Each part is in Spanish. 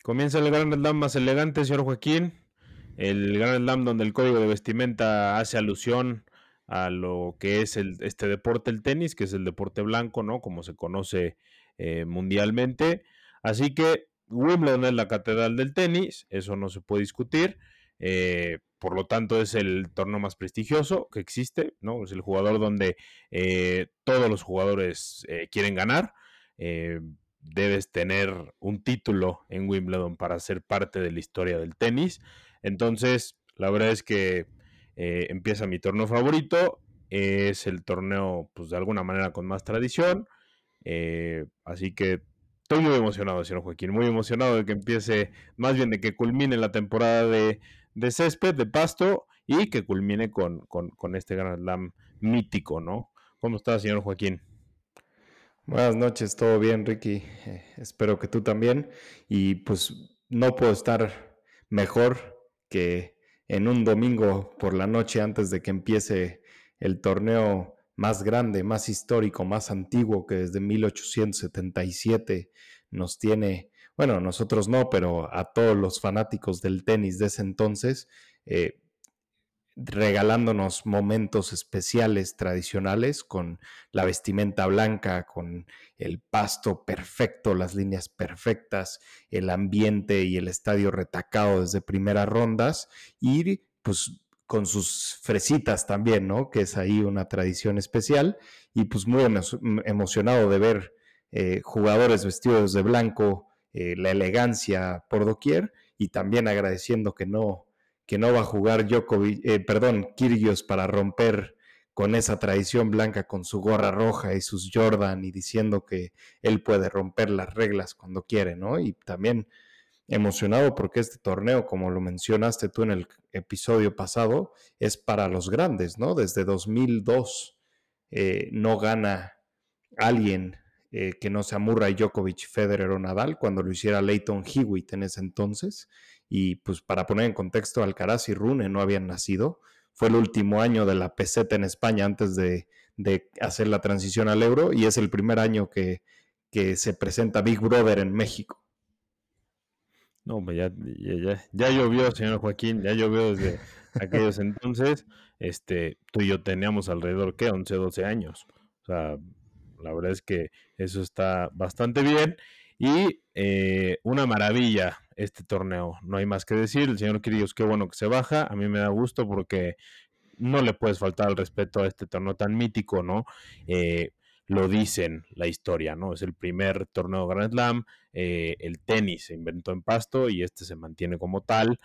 Comienza el Grand Slam más elegante, señor Joaquín. El Grand Slam donde el código de vestimenta hace alusión a lo que es este deporte, el tenis, que es el deporte blanco, ¿no? Como se conoce mundialmente. Así que Wimbledon es la catedral del tenis, eso no se puede discutir. Por lo tanto, es el torneo más prestigioso que existe, ¿no? Es el jugador donde todos los jugadores quieren ganar. Debes tener un título en Wimbledon para ser parte de la historia del tenis. Entonces, la verdad es que empieza mi torneo favorito. Es el torneo, pues de alguna manera, con más tradición. Así que estoy muy emocionado, señor Joaquín. Muy emocionado de que empiece, más bien de que culmine la temporada de césped, de pasto, y que culmine con este Grand Slam mítico, ¿no? ¿Cómo está, señor Joaquín? Buenas noches, todo bien, Ricky. Espero que tú también. Y pues no puedo estar mejor que en un domingo por la noche antes de que empiece el torneo más grande, más histórico, más antiguo que desde 1877 nos tiene, bueno, nosotros no, pero a todos los fanáticos del tenis de ese entonces, eh, regalándonos momentos especiales tradicionales con la vestimenta blanca, con el pasto perfecto, las líneas perfectas, el ambiente y el estadio retacado desde primeras rondas y pues con sus fresitas también, ¿no? Que es ahí una tradición especial y pues muy emocionado de ver jugadores vestidos de blanco, la elegancia por doquier y también agradeciendo que no va a jugar Kyrgios para romper con esa tradición blanca con su gorra roja y sus Jordan y diciendo que él puede romper las reglas cuando quiere, ¿no? Y también emocionado porque este torneo, como lo mencionaste tú en el episodio pasado, es para los grandes, ¿no? Desde 2002 no gana alguien que no sea Murray, Djokovic, Federer o Nadal, cuando lo hiciera Lleyton Hewitt en ese entonces. Y pues para poner en contexto, Alcaraz y Rune no habían nacido. Fue el último año de la peseta en España antes de hacer la transición al euro y es el primer año que se presenta Big Brother en México. No, pues ya llovió, señor Joaquín, ya llovió desde aquellos entonces. Tú y yo teníamos alrededor, ¿qué? 11, 12 años. O sea, la verdad es que eso está bastante bien. Y una maravilla este torneo, no hay más que decir. El señor Kyrgios, qué bueno que se baja. A mí me da gusto porque no le puedes faltar al respeto a este torneo tan mítico, ¿no? Eh, lo dicen la historia, ¿no? Es el primer torneo Grand Slam, el tenis se inventó en pasto y este se mantiene como tal.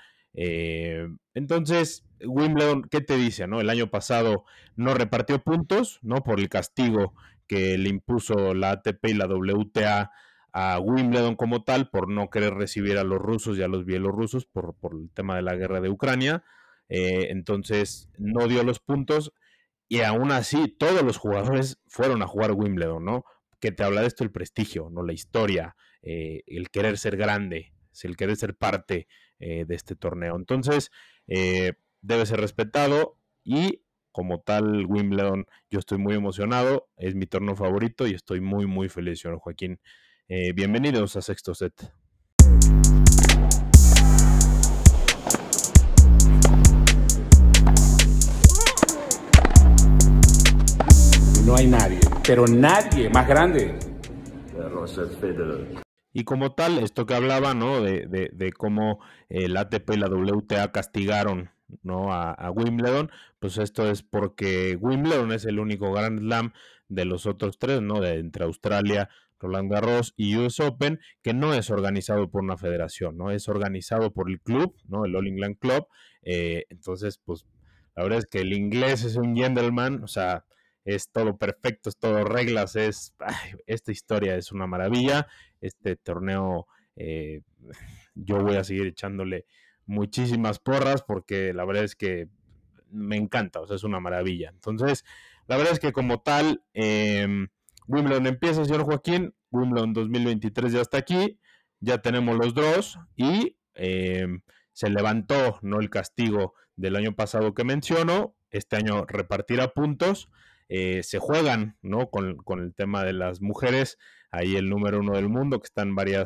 Entonces, Wimbledon, ¿qué te dice, no? El año pasado no repartió puntos, ¿no? Por el castigo que le impuso la ATP y la WTA a Wimbledon como tal, por no querer recibir a los rusos y a los bielorrusos por el tema de la guerra de Ucrania. Entonces no dio los puntos y aún así todos los jugadores fueron a jugar Wimbledon, ¿no? Que te habla de esto el prestigio, ¿no? La historia, el querer ser grande, el querer ser parte de este torneo. Entonces, debe ser respetado y como tal Wimbledon, yo estoy muy emocionado, es mi torneo favorito y estoy muy, muy feliz, señor Joaquín. Bienvenidos a Sexto Set. No hay nadie, pero nadie más grande. Roger Federer. Y como tal, esto que hablaba, ¿no? De cómo el ATP y la WTA castigaron, ¿no? A Wimbledon, pues esto es porque Wimbledon es el único Grand Slam de los otros tres, ¿no? De entre Australia, Roland Garros y US Open, que no es organizado por una federación, ¿no? Es organizado por el club, ¿no? El All England Club. Entonces, pues, la verdad es que el inglés es un gentleman, o sea, es todo perfecto, es todo reglas, esta historia es una maravilla, este torneo yo voy a seguir echándole muchísimas porras porque la verdad es que me encanta, o sea, es una maravilla. Entonces, la verdad es que como tal, Wimbledon empieza, señor Joaquín, Wimbledon 2023 ya está aquí, ya tenemos los draws y se levantó, ¿no? El castigo del año pasado que menciono, este año repartirá puntos, se juegan, ¿no? Con el tema de las mujeres, ahí el número uno del mundo, que están varias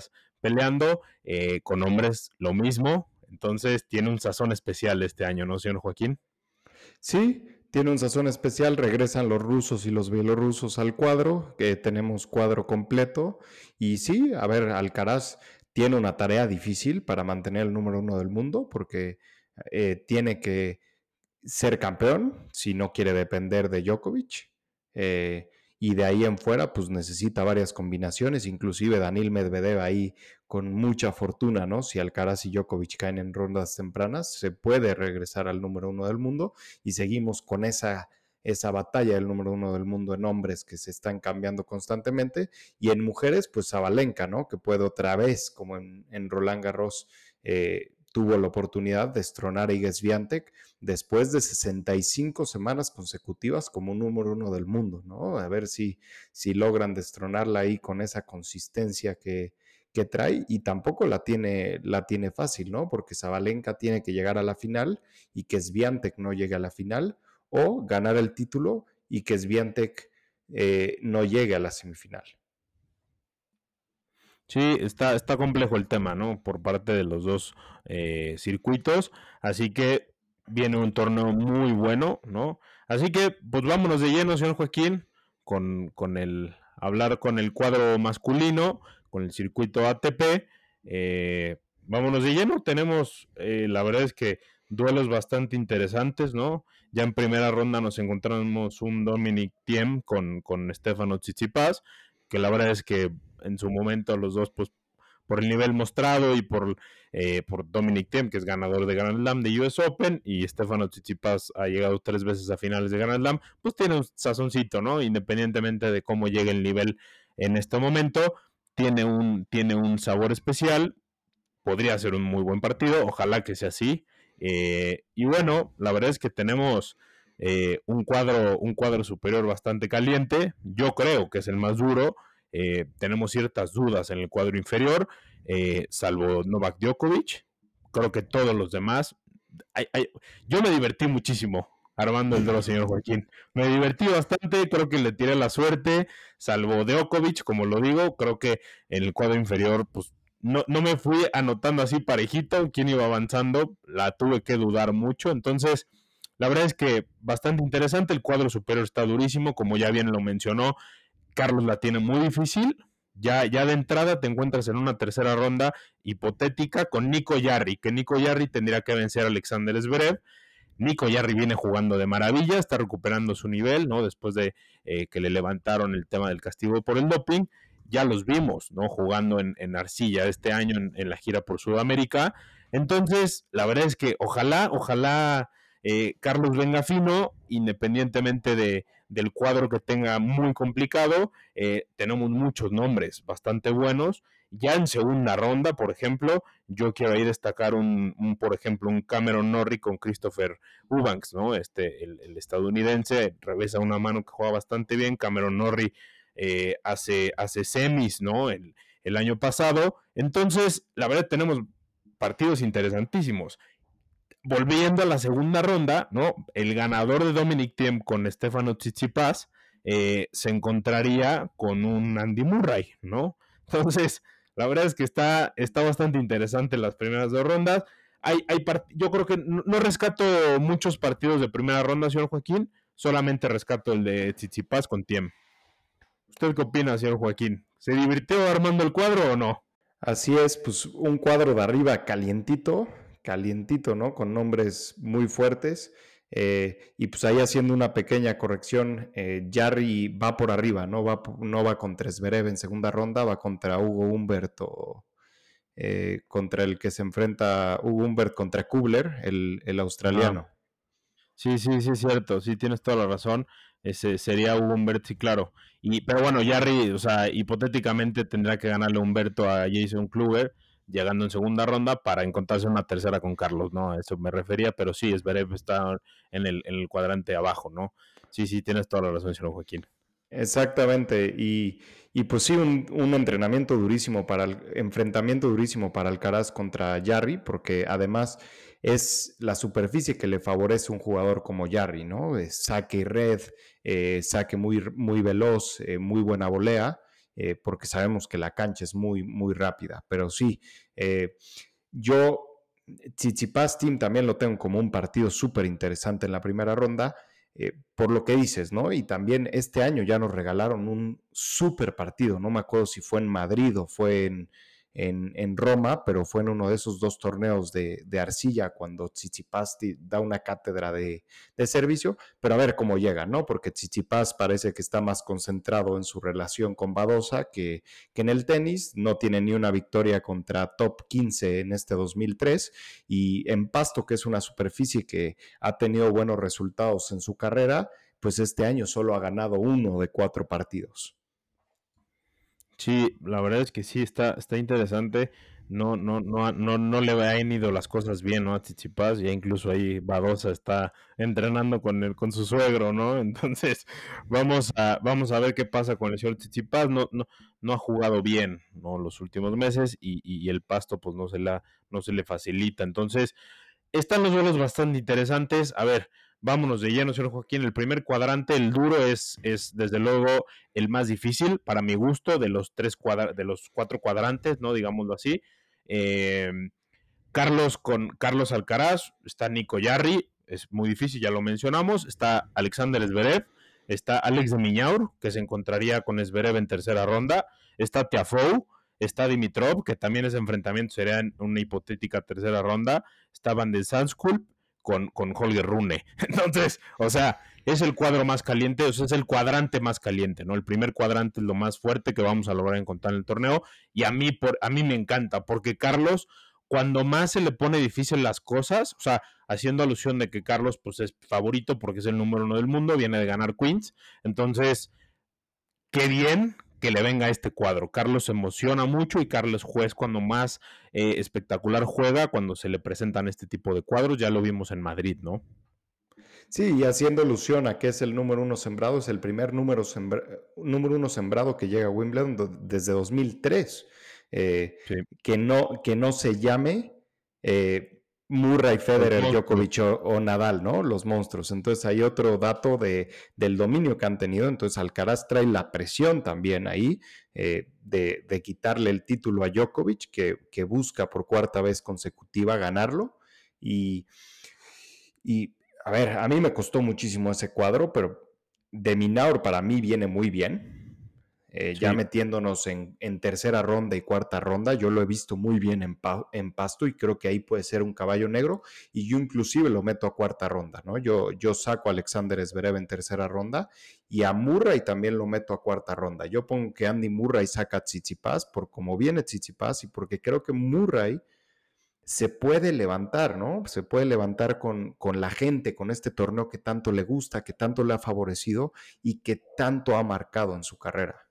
peleando, con hombres lo mismo. Entonces tiene un sazón especial este año, ¿no, señor Joaquín? Sí, tiene un sazón especial, regresan los rusos y los bielorrusos al cuadro, que tenemos cuadro completo. Y sí, a ver, Alcaraz tiene una tarea difícil para mantener el número 1 del mundo, porque tiene que ser campeón si no quiere depender de Djokovic. Y de ahí en fuera, pues necesita varias combinaciones, inclusive Daniil Medvedev ahí con mucha fortuna, ¿no? Si Alcaraz y Djokovic caen en rondas tempranas, se puede regresar al número 1 del mundo y seguimos con esa batalla del número 1 del mundo en hombres que se están cambiando constantemente y en mujeres, pues Sabalenka, ¿no? Que puede otra vez, como en Roland Garros, tuvo la oportunidad de destronar a Iga Swiatek después de 65 semanas consecutivas como número 1 del mundo, ¿no? A ver si logran destronarla ahí con esa consistencia que trae y tampoco la tiene fácil, ¿no? Porque Sabalenka tiene que llegar a la final y que Swiatek no llegue a la final o ganar el título y que Swiatek no llegue a la semifinal. Sí, está complejo el tema, ¿no? Por parte de los dos circuitos, así que viene un torneo muy bueno, ¿no? Así que, pues vámonos de lleno, señor Joaquín, con hablar con el cuadro masculino, con el circuito ATP. Vámonos de lleno, tenemos, la verdad es que duelos bastante interesantes, ¿no? Ya en primera ronda nos encontramos un Dominic Thiem con Stefano Tsitsipas, que la verdad es que en su momento los dos, pues por el nivel mostrado y por Dominic Thiem, que es ganador de Grand Slam de US Open, y Stefano Tsitsipas ha llegado 3 veces a finales de Grand Slam, pues tiene un sazoncito, ¿no? Independientemente de cómo llegue el nivel en este momento, tiene un sabor especial, podría ser un muy buen partido, ojalá que sea así. Y bueno, la verdad es que tenemos un cuadro superior bastante caliente, yo creo que es el más duro. Tenemos ciertas dudas en el cuadro inferior, salvo Novak Djokovic. Creo que todos los demás. Yo me divertí muchísimo armando el draw, señor Joaquín. Me divertí bastante, creo que le tiré la suerte, salvo Djokovic, como lo digo. Creo que en el cuadro inferior, pues no me fui anotando así parejito quién iba avanzando, la tuve que dudar mucho. Entonces, la verdad es que bastante interesante. El cuadro superior está durísimo, como ya bien lo mencionó. Carlos la tiene muy difícil. Ya de entrada te encuentras en una tercera ronda hipotética con Nico Jarry, que Nico Jarry tendría que vencer a Alexander Zverev. Nico Jarry viene jugando de maravilla, está recuperando su nivel, ¿no? Después de que le levantaron el tema del castigo por el doping. Ya los vimos, ¿no? Jugando en arcilla este año en la gira por Sudamérica. Entonces, la verdad es que ojalá Carlos venga fino, independientemente del cuadro que tenga muy complicado. Tenemos muchos nombres bastante buenos. Ya en segunda ronda, por ejemplo, yo quiero ahí destacar por ejemplo, un Cameron Norrie con Christopher Eubanks, ¿no? El estadounidense revesa una mano que juega bastante bien. Cameron Norrie hace semis, ¿no? El año pasado. Entonces, la verdad, tenemos partidos interesantísimos. Volviendo a la segunda ronda, ¿no? El ganador de Dominic Thiem con Stefano Tsitsipas se encontraría con un Andy Murray, ¿no? Entonces, la verdad es que está bastante interesante las primeras dos rondas. Yo creo que no rescato muchos partidos de primera ronda, señor Joaquín, solamente rescato el de Tsitsipas con Thiem. ¿Usted qué opina, señor Joaquín? ¿Se divirtió armando el cuadro o no? Así es, pues un cuadro de arriba calientito, ¿no? Con nombres muy fuertes. Y pues ahí haciendo una pequeña corrección, Jarry va por arriba, no va contra Zverev en segunda ronda, va contra Hugo Humbert contra el que se enfrenta Hugo Humbert contra Kubler, el australiano. Sí, es cierto, sí, tienes toda la razón. Ese sería Hugo Humbert, sí, claro. Pero bueno, Jarry, o sea, hipotéticamente tendrá que ganarle Humberto a Jason Kluger, llegando en segunda ronda para encontrarse una tercera con Carlos, ¿no? A eso me refería, pero sí, Zverev está en el cuadrante abajo, ¿no? Sí, tienes toda la razón, señor Joaquín. Exactamente, y pues sí, un entrenamiento durísimo enfrentamiento durísimo para Alcaraz contra Jarry, porque además es la superficie que le favorece un jugador como Jarry, ¿no? Saque y red, saque muy, muy veloz, muy buena volea, porque sabemos que la cancha es muy, muy rápida. Pero sí, yo Tsitsipas Team también lo tengo como un partido súper interesante en la primera ronda, por lo que dices, ¿no? Y también este año ya nos regalaron un súper partido, no me acuerdo si fue en Madrid o fue en Roma, pero fue en uno de esos 2 torneos de arcilla cuando Tsitsipas da una cátedra de servicio, pero a ver cómo llega, ¿no? Porque Tsitsipas parece que está más concentrado en su relación con Badosa que en el tenis, no tiene ni una victoria contra top 15 en este 2003, y en pasto, que es una superficie que ha tenido buenos resultados en su carrera, pues este año solo ha ganado 1 de 4 partidos. Sí, la verdad es que sí, está interesante. No le han ido las cosas bien, ¿no? A Tsitsipas, ya incluso ahí Badosa está entrenando con su suegro, ¿no? Entonces, vamos a ver qué pasa con el señor Tsitsipas. No ha jugado bien, ¿no? Los últimos meses, y el pasto, pues no se le facilita. Entonces, están los duelos bastante interesantes. A ver, vámonos de lleno, señor Joaquín. El primer cuadrante, el duro, es desde luego el más difícil para mi gusto de los 4 cuadrantes, ¿no? Digámoslo así. Carlos Alcaraz, está Nico Jarry, es muy difícil, ya lo mencionamos. Está Alexander Zverev, está Alex de Minaur, que se encontraría con Zverev en tercera ronda. Está Tiafoe, está Dimitrov, que también ese enfrentamiento sería en una hipotética tercera ronda. Está Van de Zandschulp con Holger Rune. Entonces, o sea, es el cuadro más caliente, o sea, es el cuadrante más caliente, ¿no? El primer cuadrante es lo más fuerte que vamos a lograr encontrar en el torneo, y a mí me encanta, porque Carlos, cuando más se le pone difícil las cosas, o sea, haciendo alusión de que Carlos, pues, es favorito porque es el número 1 del mundo, viene de ganar Queens, entonces, qué bien que le venga este cuadro. Carlos se emociona mucho, y Carlos es cuando más espectacular juega cuando se le presentan este tipo de cuadros. Ya lo vimos en Madrid, ¿no? Sí, y haciendo alusión a que es el número 1 sembrado, es el primer número 1 sembrado que llega a Wimbledon desde 2003. Sí. Que no se llame Murray, Federer, Djokovic o Nadal, ¿no? Los monstruos. Entonces hay otro dato del dominio que han tenido. Entonces Alcaraz trae la presión también ahí de quitarle el título a Djokovic, que busca por 4ª vez consecutiva ganarlo. Y a ver, a mí me costó muchísimo ese cuadro, pero de Minaur para mí viene muy bien. Sí. Ya metiéndonos en tercera ronda y cuarta ronda, yo lo he visto muy bien en pasto, y creo que ahí puede ser un caballo negro, y yo inclusive lo meto a cuarta ronda, ¿no? Yo saco a Alexander Zverev en tercera ronda, y a Murray también lo meto a cuarta ronda. Yo pongo que Andy Murray saca a Tsitsipas por cómo viene Tsitsipas, y porque creo que Murray se puede levantar, ¿no? Se puede levantar con la gente, con este torneo que tanto le gusta, que tanto le ha favorecido y que tanto ha marcado en su carrera.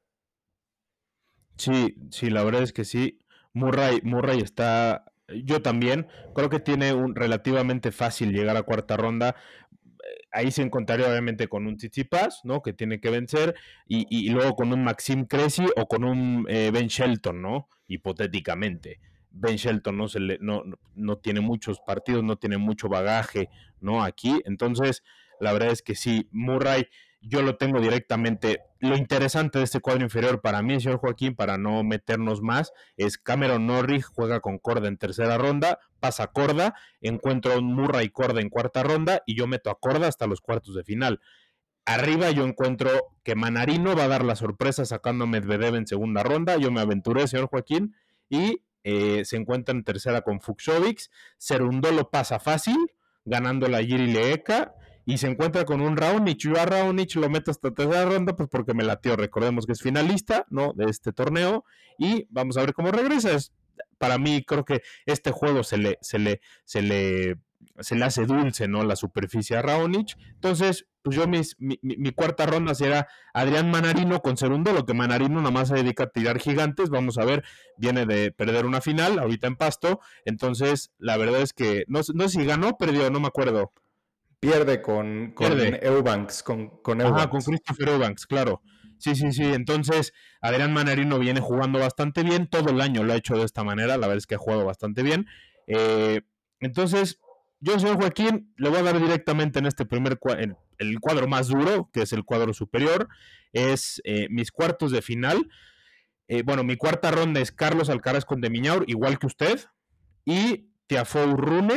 Sí, la verdad es que sí. Murray está, yo también, creo que tiene un relativamente fácil llegar a cuarta ronda. Ahí se encontraría obviamente con un Tsitsipas, ¿no? Que tiene que vencer, y luego con un Maxime Cressy o con un Ben Shelton, ¿no? Hipotéticamente. Ben Shelton no tiene muchos partidos, no tiene mucho bagaje, ¿no? Aquí, entonces, la verdad es que sí, Murray, yo lo tengo directamente. Lo interesante de este cuadro inferior para mí, señor Joaquín, para no meternos más, es Cameron Norrie juega con Korda en tercera ronda, pasa Korda, encuentro a Murray y Korda en cuarta ronda, y yo meto a Korda hasta los cuartos de final. Arriba yo encuentro que Manarino va a dar la sorpresa sacando a Medvedev en segunda ronda. Yo me aventuré, señor Joaquín, y se encuentra en tercera con Fucsovics. Cerundolo pasa fácil, ganando la Jiri Leeka, y se encuentra con un Raonic. Yo a Raonic lo meto hasta tercera ronda, pues porque me latió. Recordemos que es finalista, ¿no?, de este torneo, y vamos a ver cómo regresa. Para mí, creo que este juego se le hace dulce, ¿no?, la superficie a Raonic. Entonces, pues yo mi cuarta ronda será Adrián Manarino con Cerundolo, que Manarino nada más se dedica a tirar gigantes. Vamos a ver, viene de perder una final ahorita en pasto. Entonces, la verdad es que no sé si ganó o perdió, no me acuerdo. Pierde con Eubanks, con Eubanks. Ajá, con Christopher Eubanks, claro. Sí. Entonces, Adrián Manarino viene jugando bastante bien. Todo el año lo ha hecho de esta manera. La verdad es que ha jugado bastante bien. Entonces, yo, señor Joaquín, le voy a dar directamente en este primer el cuadro más duro, que es el cuadro superior. Es mis cuartos de final. Bueno, mi cuarta ronda es Carlos Alcaraz con Demiñaur, igual que usted, y Tiafoe Rune.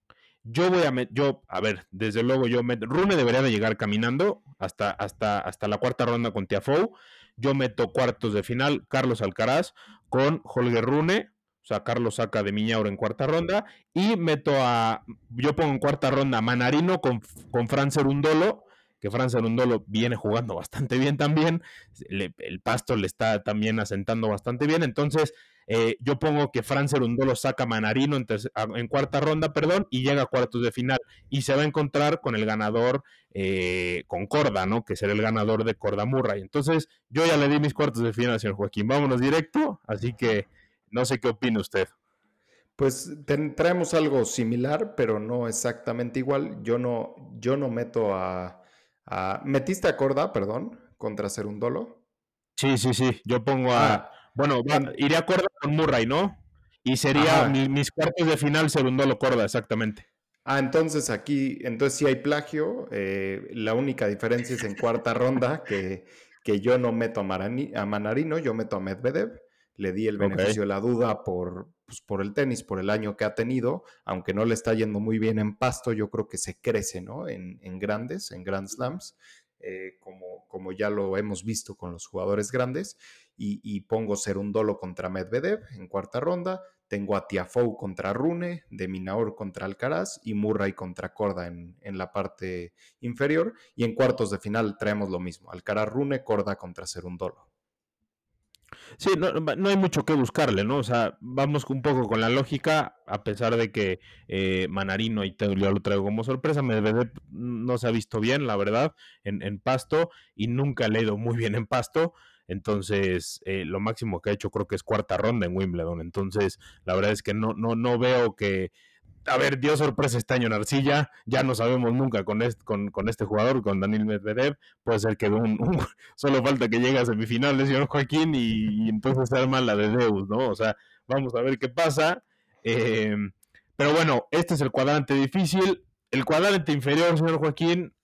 A ver, desde luego Rune debería de llegar caminando hasta la cuarta ronda con Tiafoe. Yo meto cuartos de final Carlos Alcaraz con Holger Rune, o sea, Carlos saca de Miñaur en cuarta ronda, y yo pongo en cuarta ronda a Manarino con Fran Cerundolo, que Fran Cerundolo viene jugando bastante bien también, el pasto le está también asentando bastante bien, entonces yo pongo que Fran Cerundolo saca a Manarino en cuarta ronda, y llega a cuartos de final, y se va a encontrar con el ganador, con Korda, ¿no? Que será el ganador de Korda Murray. Entonces, yo ya le di mis cuartos de final, señor Joaquín. Vámonos directo, así que no sé qué opina usted. Pues traemos algo similar, pero no exactamente igual. Yo no meto ¿Metiste a Korda, perdón, contra Cerundolo? Sí. Yo pongo iré a Korda con Murray, ¿no? Y sería mis cuartos de final Cerundolo Korda, exactamente. Entonces sí hay plagio. La única diferencia es en cuarta ronda que yo no meto a Manarino, yo meto a Medvedev. Le di el beneficio de la duda por el tenis, por el año que ha tenido, aunque no le está yendo muy bien en pasto, yo creo que se crece, ¿no? En grandes, en Grand Slams, como ya lo hemos visto con los jugadores grandes, y pongo Cerundolo contra Medvedev en cuarta ronda. Tengo a Tiafoe contra Rune, Demiñaur contra Alcaraz y Murray contra Korda en la parte inferior. Y en cuartos de final traemos lo mismo, Alcaraz Rune, Korda contra Cerundolo. Sí, no hay mucho que buscarle, ¿no? O sea, vamos un poco con la lógica, a pesar de que Manarino, y yo lo traigo como sorpresa, Medvedev no se ha visto bien, la verdad, en pasto, y nunca le ha ido muy bien en pasto. Entonces, lo máximo que ha hecho creo que es cuarta ronda en Wimbledon. Entonces, la verdad es que no veo que... A ver, dio sorpresa este año en Arcilla, ya no sabemos nunca con este jugador, con Daniil Medvedev, puede ser que solo falta que llegue a semifinales, señor Joaquín, y entonces se arma la de Deus, ¿no? O sea, vamos a ver qué pasa. Pero bueno, este es el cuadrante difícil. El cuadrante inferior, señor Joaquín,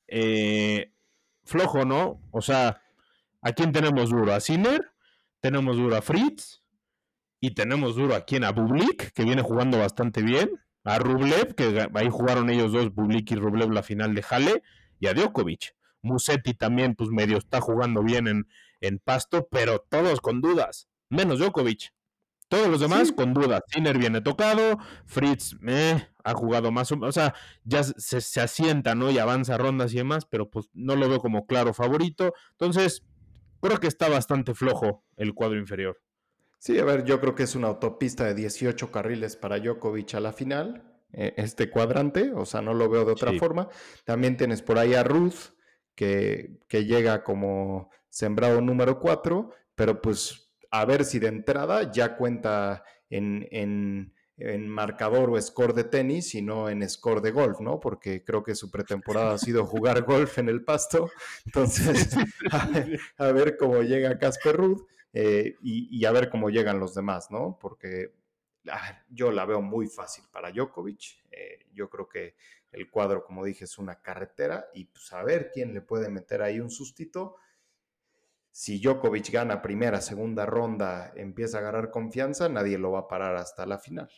flojo, ¿no? O sea, ¿a quién tenemos duro? ¿A Sinner? ¿Tenemos duro a Fritz? Y tenemos duro a quién, a Bublik, que viene jugando bastante bien, a Rublev, que ahí jugaron ellos dos, Bublik y Rublev, la final de Halle, y a Djokovic. Musetti también, pues medio está jugando bien en pasto, pero todos con dudas, menos Djokovic. Todos los demás con dudas. Sinner viene tocado, Fritz ha jugado más, o sea, ya se asienta, ¿no? Y avanza rondas y demás, pero pues no lo veo como claro favorito. Entonces, creo que está bastante flojo el cuadro inferior. Sí, a ver, yo creo que es una autopista de 18 carriles para Djokovic a la final, este cuadrante, o sea, no lo veo de otra forma. También tienes por ahí a Ruth, que llega como sembrado número 4, pero pues a ver si de entrada ya cuenta en marcador o score de tenis y no en score de golf, ¿no? Porque creo que su pretemporada ha sido jugar golf en el pasto. Entonces, a ver cómo llega Casper Ruud. Y a ver cómo llegan los demás, ¿no? Porque yo la veo muy fácil para Djokovic. Yo creo que el cuadro, como dije, es una carretera y pues a ver quién le puede meter ahí un sustito. Si Djokovic gana primera, segunda ronda, empieza a agarrar confianza, nadie lo va a parar hasta la final.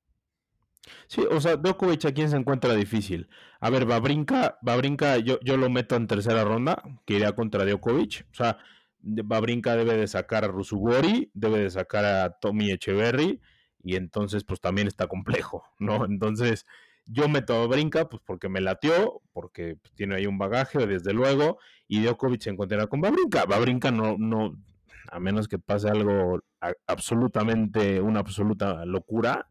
Sí, o sea, Djokovic a quién se encuentra difícil. A ver, Wawrinka yo lo meto en tercera ronda, que iría contra Djokovic. O sea, Wawrinka debe de sacar a Rusugori, debe de sacar a Tommy Echeverry, y entonces pues también está complejo, ¿no? Entonces yo meto a Wawrinka pues porque me latió, porque pues, tiene ahí un bagaje, desde luego, y Djokovic se encontrará con Wawrinka. Wawrinka no, a menos que pase algo una absoluta locura,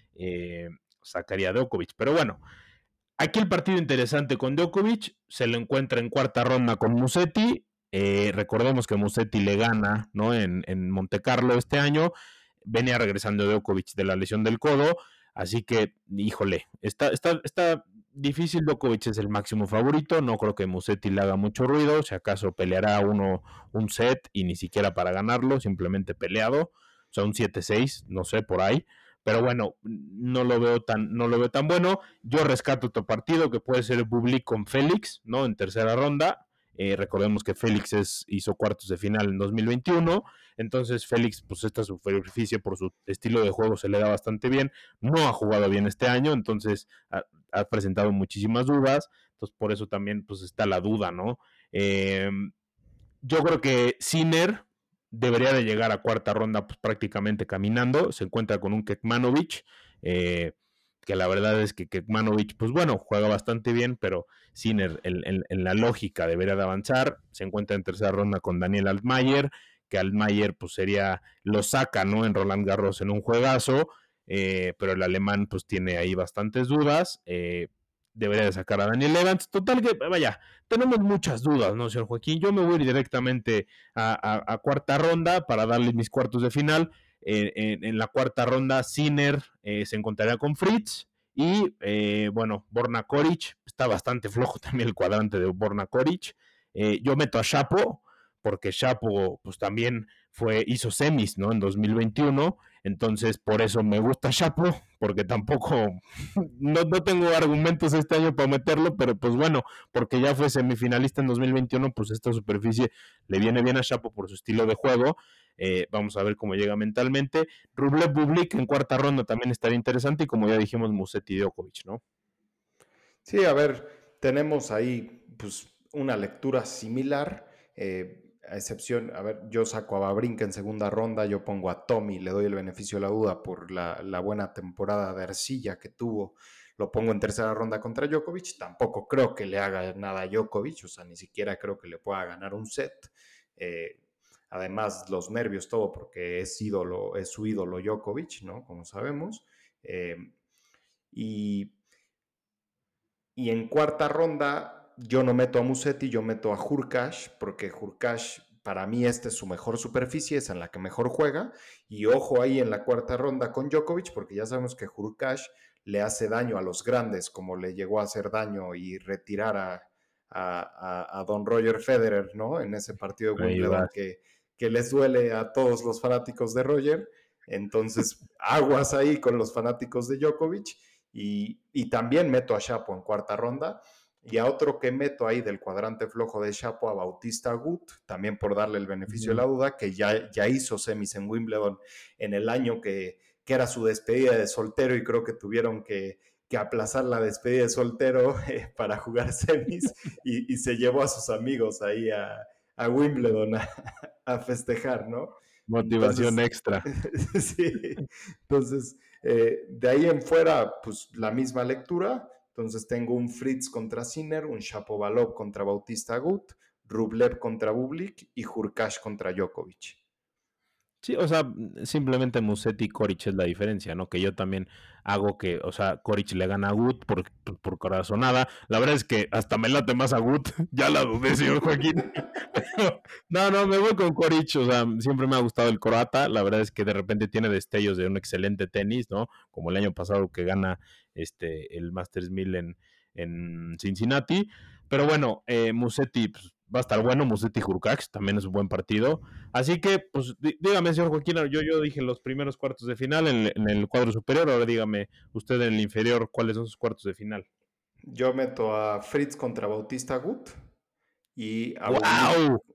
sacaría a Djokovic. Pero bueno, aquí el partido interesante con Djokovic, se lo encuentra en cuarta ronda con Musetti. Recordemos que Musetti le gana, ¿no? en Monte Carlo este año. Venía regresando Djokovic de la lesión del codo, así que, híjole, está difícil. Djokovic es el máximo favorito, no creo que Musetti le haga mucho ruido, si acaso peleará un set y ni siquiera para ganarlo, simplemente peleado, o sea, un 7-6, no sé, por ahí. Pero bueno, no lo veo tan bueno. Yo rescato otro partido que puede ser Bublik con Félix, ¿no? En tercera ronda. Recordemos que Félix hizo cuartos de final en 2021. Entonces Félix, pues esta superficie por su estilo de juego se le da bastante bien, no ha jugado bien este año, entonces ha presentado muchísimas dudas, entonces por eso también pues está la duda, ¿no? Yo creo que Sinner debería de llegar a cuarta ronda pues prácticamente caminando, se encuentra con un Kekmanovic, que la verdad es que Kekmanovic, pues bueno, juega bastante bien, pero Sinner en la lógica debería de avanzar, se encuentra en tercera ronda con Daniel Altmaier, que Altmaier pues lo saca, ¿no? En Roland Garros en un juegazo, pero el alemán pues tiene ahí bastantes dudas, debería de sacar a Daniel Evans, total que, vaya, tenemos muchas dudas, ¿no, señor Joaquín? Yo me voy a ir directamente a cuarta ronda para darles mis cuartos de final. En la cuarta ronda, Sinner se encontraría con Fritz y, bueno, Borna Koric. Está bastante flojo también el cuadrante de Borna Koric. Yo meto a Shapo, porque Shapo pues también hizo semis, ¿no? En 2021. Entonces, por eso me gusta Shapo, porque tampoco, no tengo argumentos este año para meterlo, pero pues bueno, porque ya fue semifinalista en 2021, pues esta superficie le viene bien a Shapo por su estilo de juego. Vamos a ver cómo llega mentalmente. Rublev Bublik en cuarta ronda también estaría interesante, y como ya dijimos, Musetti Djokovic, ¿no? Sí, a ver, tenemos ahí pues una lectura similar, a excepción, a ver, yo saco a Wawrinka en segunda ronda, yo pongo a Tommy, le doy el beneficio de la duda por la buena temporada de arcilla que tuvo, lo pongo en tercera ronda contra Djokovic, tampoco creo que le haga nada a Djokovic, o sea, ni siquiera creo que le pueda ganar un set, además los nervios, todo, porque es su ídolo Djokovic, ¿no? Como sabemos, y en cuarta ronda yo no meto a Musetti, yo meto a Hurkacz, porque Hurkacz para mí es su mejor superficie, es en la que mejor juega, y ojo ahí en la cuarta ronda con Djokovic, porque ya sabemos que Hurkacz le hace daño a los grandes, como le llegó a hacer daño y retirar a don Roger Federer, ¿no? En ese partido de Wimbledon que les duele a todos los fanáticos de Roger. Entonces, aguas ahí con los fanáticos de Djokovic. Y también meto a Shapo en cuarta ronda. Y a otro que meto ahí del cuadrante flojo de Shapo, a Bautista Agut, también por darle el beneficio de la duda, que ya hizo semis en Wimbledon en el año que era su despedida de soltero, y creo que tuvieron que aplazar la despedida de soltero para jugar semis, y se llevó a sus amigos ahí a Wimbledon a festejar, ¿no? Motivación extra. Sí, entonces de ahí en fuera, pues la misma lectura. Entonces tengo un Fritz contra Sinner, un Shapovalov contra Bautista Agut, Rublev contra Bublik y Hurkacz contra Djokovic. Sí, o sea, simplemente Musetti y Koric es la diferencia, ¿no? Que yo también hago que, o sea, Koric le gana a Agut por corazonada. La verdad es que hasta me late más Agut, ya la dudé, señor Joaquín. Pero, no, me voy con Koric, o sea, siempre me ha gustado el croata. La verdad es que de repente tiene destellos de un excelente tenis, ¿no? Como el año pasado que gana el Masters 1000 en Cincinnati. Pero bueno, Musetti, pues, va a estar bueno. Musetti Hurkacz también es un buen partido. Así que, pues, dígame, señor Joaquín, yo dije los primeros cuartos de final en el cuadro superior. Ahora dígame usted en el inferior, ¿cuáles son sus cuartos de final? Yo meto a Fritz contra Bautista Agut y a ¡Wow!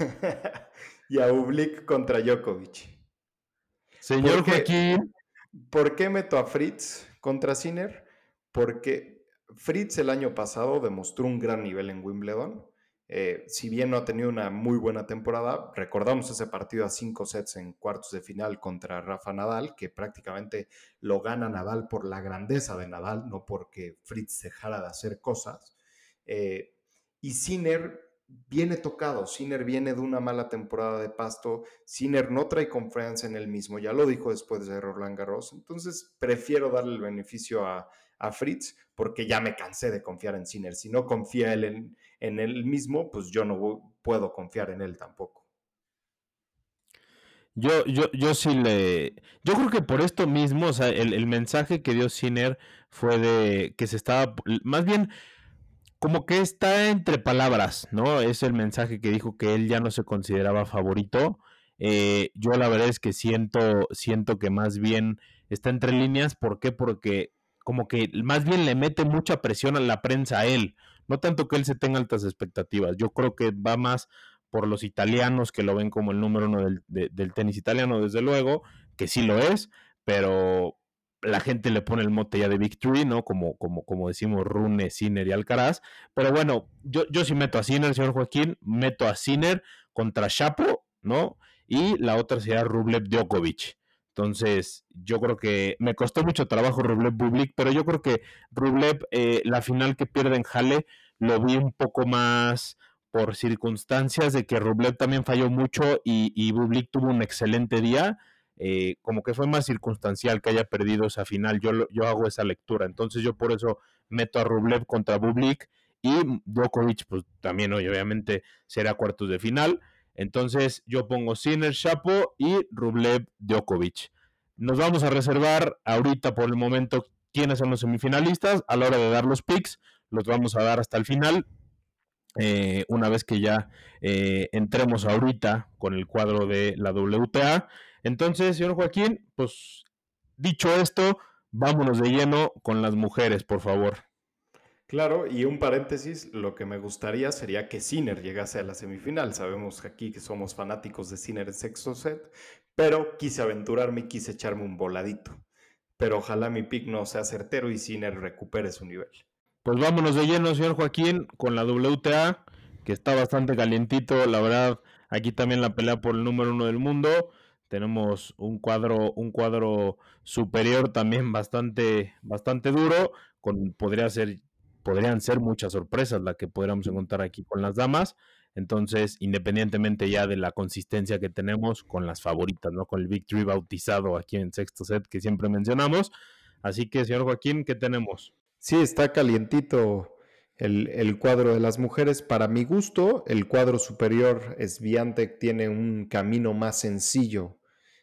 y a Bublik contra Djokovic. Señor Joaquín. ¿Por qué meto a Fritz contra Sinner? Porque Fritz el año pasado demostró un gran nivel en Wimbledon. Si bien no ha tenido una muy buena temporada, recordamos ese partido a 5 sets en cuartos de final contra Rafa Nadal, que prácticamente lo gana Nadal por la grandeza de Nadal, no porque Fritz dejara de hacer cosas. Y Sinner viene tocado, Sinner viene de una mala temporada de pasto, Sinner no trae confianza en él mismo, ya lo dijo después de Roland Garros, entonces prefiero darle el beneficio a Fritz, porque ya me cansé de confiar en Sinner. Si no confía él en él mismo, pues yo no puedo confiar en él tampoco. Yo creo que por esto mismo, o sea, el mensaje que dio Sinner fue de que se estaba, más bien, como que está entre palabras, ¿no? Es el mensaje que dijo que él ya no se consideraba favorito. Yo la verdad es que siento que más bien está entre líneas. ¿Por qué? Porque como que más bien le mete mucha presión a la prensa a él. No tanto que él se tenga altas expectativas. Yo creo que va más por los italianos que lo ven como el número uno del tenis italiano, desde luego, que sí lo es, pero la gente le pone el mote ya de Big Three, ¿no? Como decimos, Rune, Sinner y Alcaraz. Pero bueno, yo sí meto a Sinner, señor Joaquín, meto a Sinner contra Shapo, ¿no? Y la otra sería Rublev Djokovic. Entonces, yo creo que me costó mucho trabajo Rublev Bublik, pero yo creo que Rublev, la final que pierde en Halle, lo vi un poco más por circunstancias de que Rublev también falló mucho y Bublik tuvo un excelente día. Como que fue más circunstancial que haya perdido esa final. Yo hago esa lectura. Entonces yo por eso meto a Rublev contra Bublik y Djokovic, pues también obviamente será cuartos de final. Entonces yo pongo Sinner, Shapo y Rublev Djokovic. Nos vamos a reservar ahorita por el momento quiénes son los semifinalistas. A la hora de dar los picks, los vamos a dar hasta el final. Una vez que ya entremos ahorita con el cuadro de la WTA. Entonces, señor Joaquín, pues dicho esto, vámonos de lleno con las mujeres, por favor. Claro, y un paréntesis, lo que me gustaría sería que Sinner llegase a la semifinal. Sabemos aquí que somos fanáticos de Sinner en sexto set, pero quise aventurarme y quise echarme un voladito. Pero ojalá mi pick no sea certero y Sinner recupere su nivel. Pues vámonos de lleno, señor Joaquín, con la WTA, que está bastante calientito. La verdad, aquí también la pelea por el número 1 del mundo. Tenemos un cuadro superior también bastante duro. Podrían ser muchas sorpresas las que podríamos encontrar aquí con las damas. Entonces, independientemente ya de la consistencia que tenemos con las favoritas, ¿no? Con el Big Three bautizado aquí en sexto set que siempre mencionamos. Así que, señor Joaquín, ¿qué tenemos? Sí, está calientito el cuadro de las mujeres. Para mi gusto, el cuadro superior, Swiatek, tiene un camino más sencillo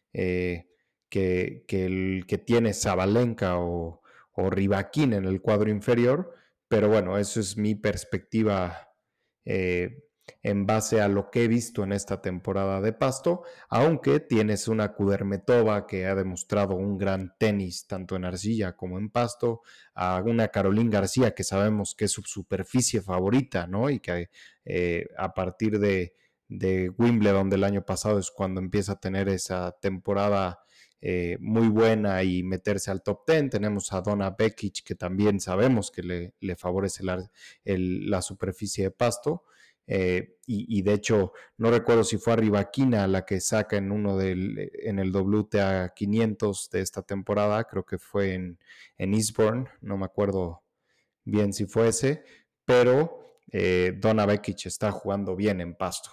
que el que tiene Sabalenka o Rybakina en el cuadro inferior. Pero bueno, eso es mi perspectiva en base a lo que he visto en esta temporada de Pasto, aunque tienes una Kudermetova que ha demostrado un gran tenis tanto en arcilla como en pasto, a una Caroline García que sabemos que es su superficie favorita, ¿no? Y que a partir de Wimbledon del año pasado es cuando empieza a tener esa temporada muy buena y meterse al top 10. Tenemos a Donna Vekic, que también sabemos que le favorece la superficie de pasto. Y de hecho, no recuerdo si fue a Rybakina la que saca en el WTA 500 de esta temporada, creo que fue en Eastbourne, no me acuerdo bien si fue ese, pero Donna Vekic está jugando bien en pasto.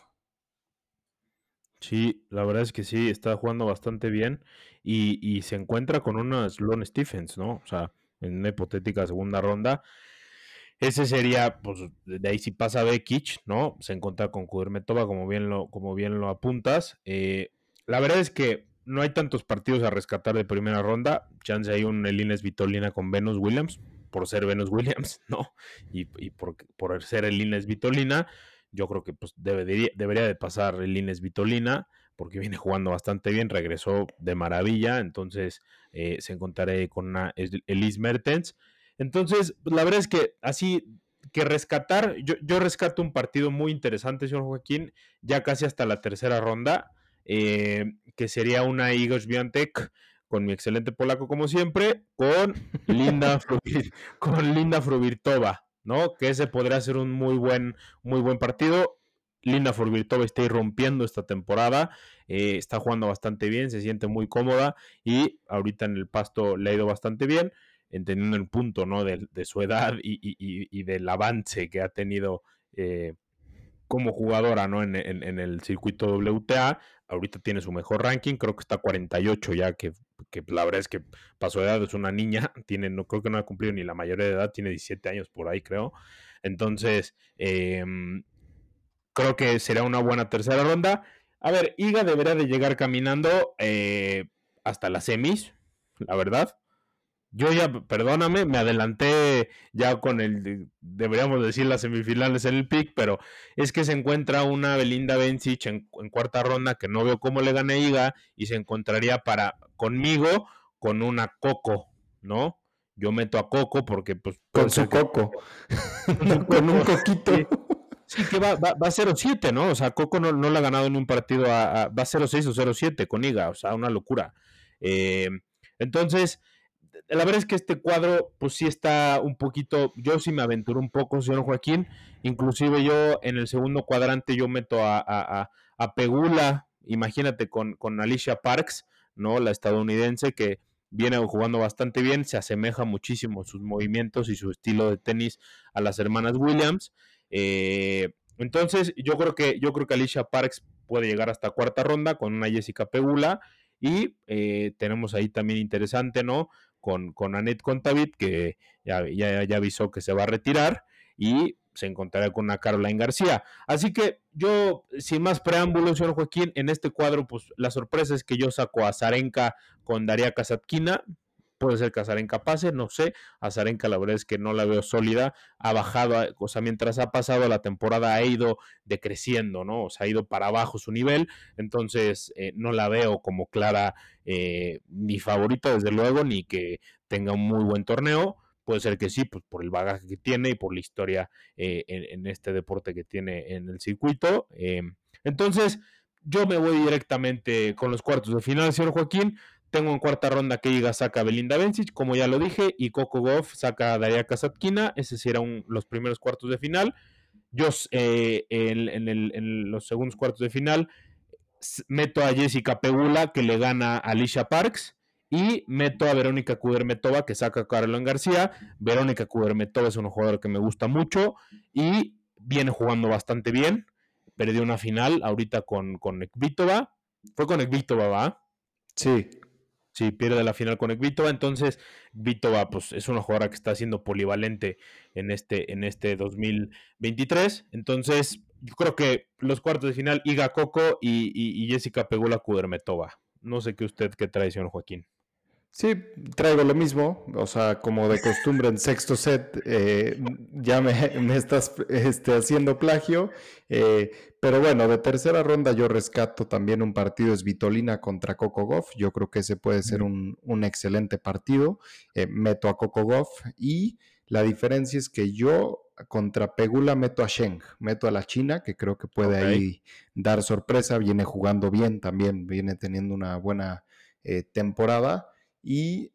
Sí, la verdad es que sí, está jugando bastante bien y se encuentra con una Sloane Stephens, ¿no? O sea, en una hipotética segunda ronda. Ese sería, pues, de ahí si pasa Vekic, ¿no? Se encuentra con Kudermetova, como bien lo apuntas. La verdad es que no hay tantos partidos a rescatar de primera ronda. Chance hay un Elina Svitolina con Venus Williams, por ser Venus Williams, ¿no? Y por ser Elina Svitolina, yo creo que pues debería de pasar Elina Svitolina, porque viene jugando bastante bien, regresó de maravilla, entonces se encontrará con una Elise Mertens. Entonces, la verdad es que así que rescatar, yo rescato un partido muy interesante, señor Joaquín, ya casi hasta la tercera ronda, que sería una Iga Swiatek con mi excelente polaco como siempre, con Linda Fruhvirtova, ¿no? Que ese podría ser un muy buen partido. Linda Fruhvirtova está irrumpiendo esta temporada, está jugando bastante bien, se siente muy cómoda y ahorita en el pasto le ha ido bastante bien, entendiendo el punto, ¿no? de su edad y del avance que ha tenido como jugadora, ¿no? En el circuito WTA. Ahorita tiene su mejor ranking, creo que está 48 ya, que la verdad es que pasó de edad, es una niña, creo que no ha cumplido ni la mayoría de edad, tiene 17 años por ahí, creo. Entonces, creo que será una buena tercera ronda. A ver, Iga deberá de llegar caminando hasta las semis, la verdad. Yo ya, perdóname, me adelanté ya deberíamos decir las semifinales en el pick, pero es que se encuentra una Belinda Bencic en cuarta ronda que no veo cómo le gane Iga y se encontraría conmigo con una Coco, ¿no? Yo meto a Coco porque pues... Con su coco. Con un coquito. Sí. Sí, que va 0-7, ¿no? O sea, Coco no le ha ganado ni un partido va 0-6 o 0-7 con Iga, o sea, una locura. Entonces, la verdad es que este cuadro, pues sí está un poquito, yo sí me aventuro un poco, señor Joaquín, inclusive yo en el segundo cuadrante yo meto a Pegula, imagínate, con Alicia Parks, ¿no? La estadounidense que viene jugando bastante bien, se asemeja muchísimo sus movimientos y su estilo de tenis a las hermanas Williams. Entonces, yo creo que Alicia Parks puede llegar hasta cuarta ronda con una Jessica Pegula. Y tenemos ahí también interesante, ¿no? Con Anett Kontaveit, que ya avisó que se va a retirar, y se encontrará con una Caroline García. Así que yo, sin más preámbulos, señor Joaquín, en este cuadro, pues la sorpresa es que yo saco a Azarenka con Daria Kasatkina. Puede ser que Azarenka pase, no sé. Azarenka la verdad es que no la veo sólida. Ha bajado, o sea, mientras ha pasado la temporada ha ido decreciendo, ¿no? O sea, ha ido para abajo su nivel. Entonces, no la veo como clara ni favorita, desde luego, ni que tenga un muy buen torneo. Puede ser que sí, pues por el bagaje que tiene y por la historia en este deporte que tiene en el circuito. Entonces, yo me voy directamente con los cuartos de final, señor Joaquín. Tengo en cuarta ronda que Iga saca a Belinda Bencic, como ya lo dije, y Coco Gauff saca a Daria Kasatkina. Ese serán los primeros cuartos de final. Yo en los segundos cuartos de final meto a Jessica Pegula, que le gana a Alicia Parks, y meto a Verónica Kudermetova, que saca a Caroline García. Verónica Kudermetova es una jugadora que me gusta mucho y viene jugando bastante bien. Perdió una final ahorita con Kvitova. Fue con Kvitova, ¿va? Sí. Sí, pierde la final con Kvitova. Entonces, Kvitova pues, es una jugadora que está siendo polivalente en este 2023. Entonces, yo creo que los cuartos de final, Iga Coco y Jessica Pegula Kudermetova. No sé qué trae, señor Joaquín. Sí, traigo lo mismo, o sea, como de costumbre en sexto set, ya me estás haciendo plagio, pero bueno, de tercera ronda yo rescato también un partido Svitolina contra Coco Gauff. Yo creo que ese puede ser un excelente partido. Meto a Coco Gauff y la diferencia es que yo contra Pegula meto a Sheng, meto a la China, que creo que puede ahí dar sorpresa, viene jugando bien también, viene teniendo una buena temporada. Y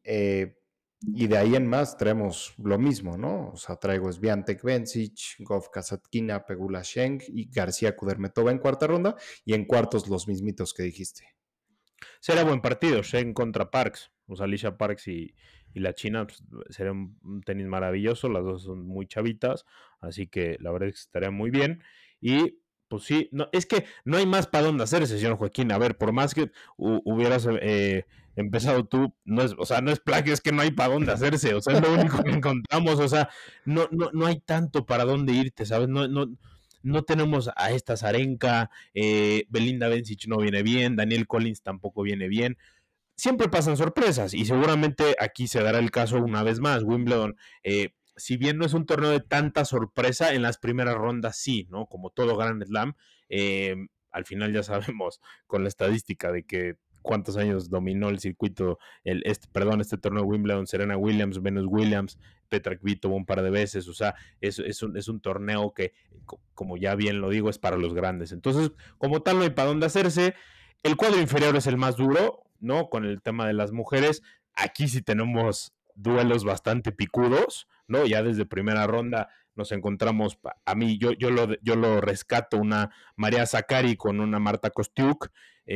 de ahí en más traemos lo mismo, ¿no? O sea, traigo Swiatek Bencic, Gauff Kasatkina, Pegula Sheng y García Kudermetova en cuarta ronda, y en cuartos los mismitos que dijiste. Será buen partido, Sheng contra Parks, o sea, Alicia Parks y la China, pues, sería un tenis maravilloso. Las dos son muy chavitas, así que la verdad es que estaría muy bien. Y pues sí, no, es que no hay más para dónde hacerse, señor Joaquín. A ver, por más que hubieras empezado tú, no es plagio, es que no hay para dónde hacerse, o sea, es lo único que encontramos, o sea, no hay tanto para dónde irte, ¿sabes? No tenemos a esta Azarenka, Belinda Bencic no viene bien, Danielle Collins tampoco viene bien. Siempre pasan sorpresas y seguramente aquí se dará el caso una vez más. Wimbledon, si bien no es un torneo de tanta sorpresa, en las primeras rondas sí, ¿no? Como todo Grand Slam, al final ya sabemos con la estadística de que cuántos años dominó el circuito, este torneo de Wimbledon, Serena Williams, Venus Williams, Petra Kvitova un par de veces. O sea, es un torneo que, como ya bien lo digo, es para los grandes. Entonces, como tal, no hay para dónde hacerse. El cuadro inferior es el más duro, ¿no? Con el tema de las mujeres. Aquí sí tenemos duelos bastante picudos, ¿no? Ya desde primera ronda nos encontramos, a mí, yo lo rescato, una María Sakkari con una Marta Kostyuk.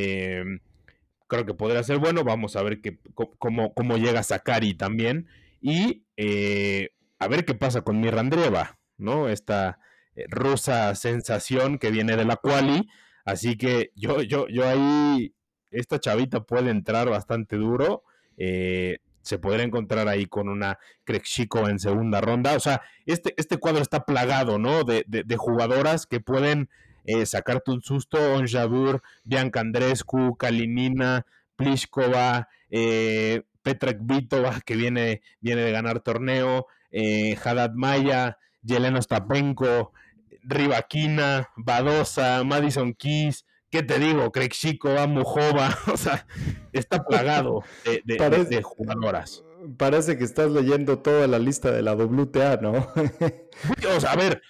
Creo que podría ser bueno. Vamos a ver cómo llega Sakkari también. Y a ver qué pasa con Mirra Andreeva, ¿no? Esta rusa sensación que viene de la quali. Así que yo ahí, esta chavita puede entrar bastante duro. Se podrá encontrar ahí con una Krejcikova en segunda ronda. O sea, este cuadro está plagado, ¿no? De jugadoras que pueden sacarte un susto. Onjabeur, Bianca Andreescu, Kalinina, Pliskova, Petra Kvitova, que viene de ganar torneo, Haddad Maia, Yelena Ostapenko, Rybakina, Badosa, Madison Keys, ¿qué te digo? Krejcikova, Muchova, o sea, está plagado de jugadoras. Parece que estás leyendo toda la lista de la WTA, ¿no? O sea, a ver,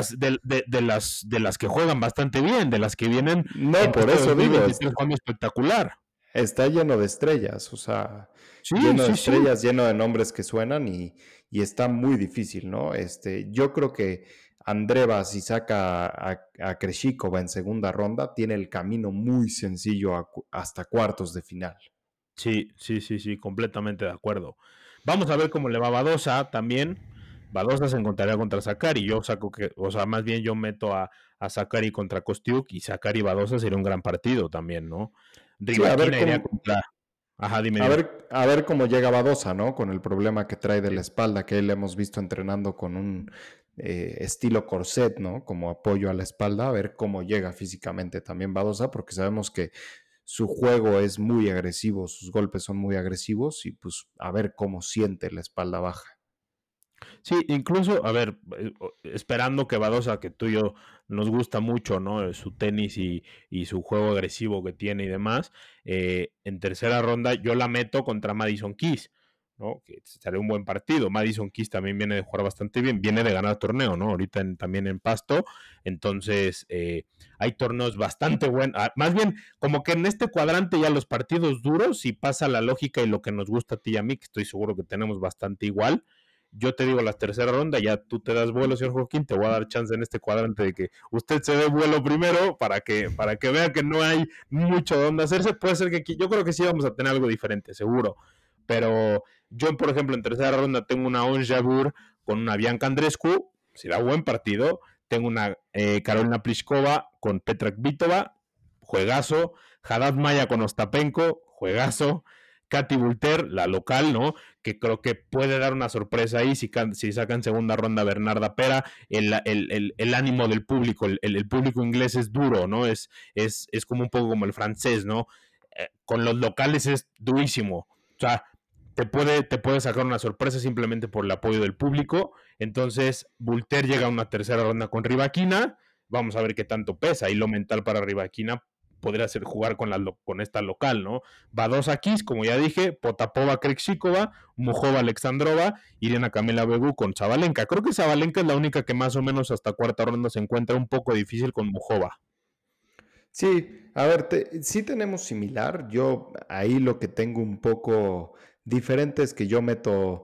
de las que juegan bastante bien, de las que vienen No, por eso digo, jugando espectacular. Está lleno de estrellas, o sea, Sí, lleno de sí, sí. estrellas, lleno de nombres que suenan y está muy difícil, ¿no? Yo creo que Andreeva, si saca a Krejcikova en segunda ronda, tiene el camino muy sencillo hasta cuartos de final. Sí, sí, sí, sí, completamente de acuerdo. Vamos a ver cómo le va a Badosa también. Badosa se encontraría contra Sakari. Yo saco que, o sea, más bien yo meto a Sakari contra Kostiuk y Sakari Badosa sería un gran partido también, ¿no? Sí, a ver Rybakina iría cómo, contra. Ajá, dime. a ver cómo llega Badosa, ¿no? Con el problema que trae de Sí. la espalda, que él hemos visto entrenando con un estilo corset, ¿no? Como apoyo a la espalda, a ver cómo llega físicamente también Badosa, porque sabemos que su juego es muy agresivo, sus golpes son muy agresivos y pues a ver cómo siente la espalda baja. Sí, incluso, a ver, esperando que Badosa, que tú y yo nos gusta mucho, ¿no? Su tenis y su juego agresivo que tiene y demás, en tercera ronda yo la meto contra Madison Keys, ¿no? Que sería un buen partido. Madison Keys también viene de jugar bastante bien, viene de ganar torneo, ¿no? Ahorita también en Pasto, entonces hay torneos bastante buenos. Más bien, como que en este cuadrante ya los partidos duros, si pasa la lógica y lo que nos gusta a ti y a mí, que estoy seguro que tenemos bastante igual. Yo te digo la tercera ronda, ya tú te das vuelo, señor Joaquín, te voy a dar chance en este cuadrante de que usted se dé vuelo primero para que vea que no hay mucho donde hacerse. Puede ser que aquí, yo creo que sí vamos a tener algo diferente, seguro. Pero yo, por ejemplo, en tercera ronda tengo una Ons Jabeur con una Bianca Andreescu, será buen partido. Tengo una Karolina Pliskova con Petra Kvitova, juegazo. Haddad Maya con Ostapenko, juegazo. Katy Bulter, la local, ¿no? Que creo que puede dar una sorpresa ahí si sacan segunda ronda Bernarda Pera. El ánimo del público, el público inglés es duro, ¿no? Es como un poco como el francés, ¿no? Con los locales es durísimo. O sea, te puede sacar una sorpresa simplemente por el apoyo del público. Entonces, Bulter llega a una tercera ronda con Rybakina. Vamos a ver qué tanto pesa. Y lo mental para Rybakina podría ser jugar con esta local, ¿no? Badosa Kiss, como ya dije, Potapova Krejcikova, Muchova Alexandrova, Irina Kamela Begu con Sabalenka. Creo que Sabalenka es la única que más o menos hasta cuarta ronda se encuentra un poco difícil con Muchova. Sí, a ver, sí tenemos similar. Yo ahí lo que tengo un poco diferente es que yo meto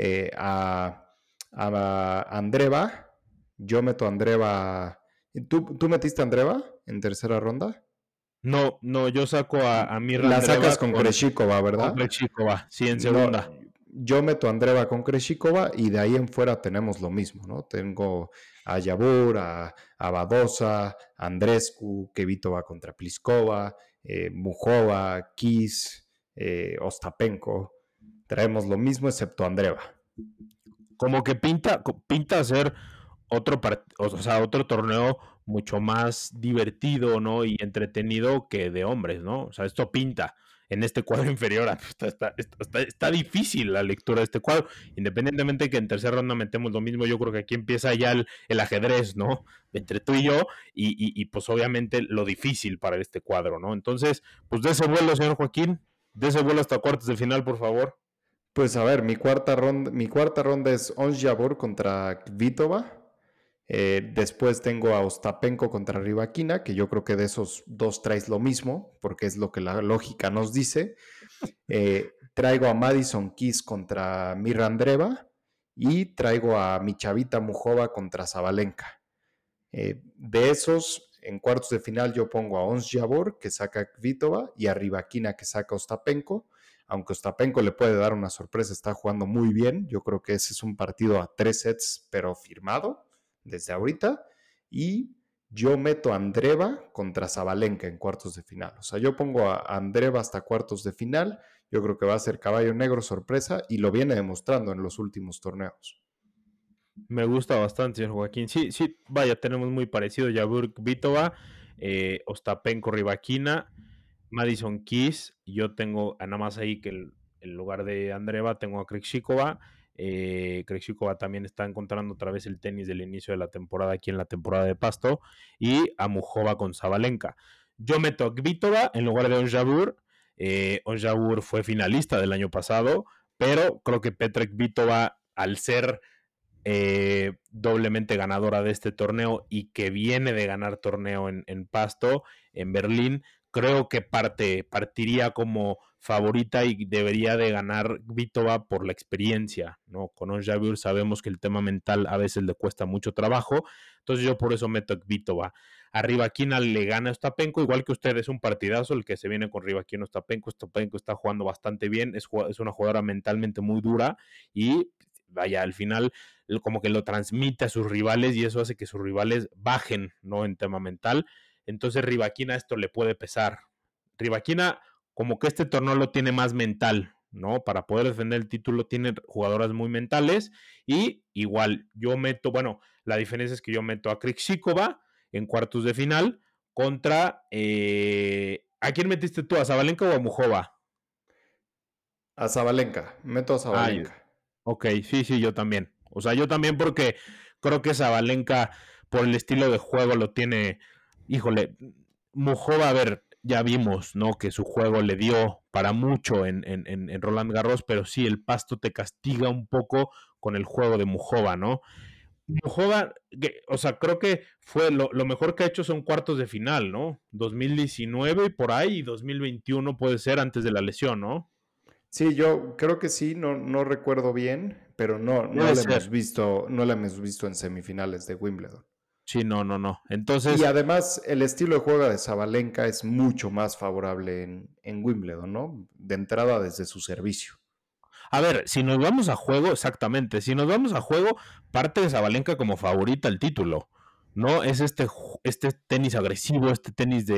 a Andreeva. Yo meto a Andreeva. ¿Tú metiste a Andreeva en tercera ronda? No, yo saco a Mirra La Andreeva sacas con Krejcikova, con ¿verdad? Krejcikova, sí, en No, segunda. yo meto a Andreeva con Krejcikova y de ahí en fuera tenemos lo mismo, ¿no? Tengo a Jabeur, a Badosa, a Andreescu, Kvitova contra Pliskova, Muchova, Kiss, Ostapenko. Traemos lo mismo excepto Andreeva. Como que pinta ser otro torneo mucho más divertido, ¿no? Y entretenido que de hombres, ¿no? O sea, esto pinta en este cuadro inferior. Está difícil la lectura de este cuadro. Independientemente de que en tercera ronda metemos lo mismo, yo creo que aquí empieza ya el ajedrez, ¿no? Entre tú y yo, y pues obviamente lo difícil para este cuadro, ¿no? Entonces, pues de ese vuelo, señor Joaquín, de ese vuelo hasta cuartos de final, por favor. Pues a ver, mi cuarta ronda es Ons Jabeur contra Kvitova. Después tengo a Ostapenko contra Rybakina, que yo creo que de esos dos traes lo mismo, porque es lo que la lógica nos dice. Traigo a Madison Keys contra Mirra Andreeva y traigo a mi chavita Muchova contra Sabalenka. De esos, en cuartos de final yo pongo a Ons Jabeur, que saca Kvitova, y a Rybakina, que saca Ostapenko. Aunque Ostapenko le puede dar una sorpresa, está jugando muy bien. Yo creo que ese es un partido a 3 sets, pero firmado desde ahorita. Y yo meto a Andreeva contra Sabalenka en cuartos de final. O sea, yo pongo a Andreeva hasta cuartos de final. Yo creo que va a ser caballo negro sorpresa y lo viene demostrando en los últimos torneos. Me gusta bastante, señor Joaquín. Sí, vaya, tenemos muy parecido. Jabeur Kvitova, Ostapenko Rybakina, Madison Keys. Yo tengo nada más ahí que en lugar de Andreeva tengo a Krejcikova. Krejcikova también está encontrando otra vez el tenis del inicio de la temporada aquí en la temporada de Pasto. Y a Muchova con Sabalenka. Yo meto a Kvitova en lugar de Ons Jabeur. Ons Jabeur fue finalista del año pasado. pero creo que Petra Kvitova, al ser doblemente ganadora de este torneo y que viene de ganar torneo en Pasto, en Berlín, creo que partiría como favorita y debería de ganar Kvitova por la experiencia, ¿no? Con Ons Jabeur sabemos que el tema mental a veces le cuesta mucho trabajo, entonces yo por eso meto a Kvitova. A Rybakina le gana a Ostapenko, igual que usted, es un partidazo el que se viene con Rybakina Ostapenko. Ostapenko está jugando bastante bien, es una jugadora mentalmente muy dura y vaya, al final como que lo transmite a sus rivales y eso hace que sus rivales bajen, ¿no? En tema mental. Entonces Rybakina esto le puede pesar. Rybakina como que este torneo lo tiene más mental, ¿no? Para poder defender el título tiene jugadoras muy mentales y igual yo meto, bueno, la diferencia es que yo meto a Krejcikova en cuartos de final contra, ¿a quién metiste tú? ¿A Sabalenka o a Muchova? A Sabalenka, meto a Sabalenka. Ok, sí, yo también. O sea, yo también porque creo que Sabalenka, por el estilo de juego, lo tiene. Híjole, Muchova, a ver, ya vimos, ¿no? Que su juego le dio para mucho en Roland Garros, pero sí, el pasto te castiga un poco con el juego de Muchova, ¿no? Muchova, o sea, creo que fue lo mejor que ha hecho son cuartos de final, ¿no? 2019 y por ahí, y 2021 puede ser antes de la lesión, ¿no? Sí, yo creo que sí, no recuerdo bien, pero no Debe la ser. hemos visto, no la hemos visto en semifinales de Wimbledon. Sí, no. Y Entonces, además, el estilo de juego de Sabalenka es mucho más favorable en Wimbledon, ¿no? De entrada desde su servicio. a ver, si nos vamos a juego, exactamente, si nos vamos a juego, parte de Sabalenka como favorita al título, ¿no? Es este tenis agresivo, este tenis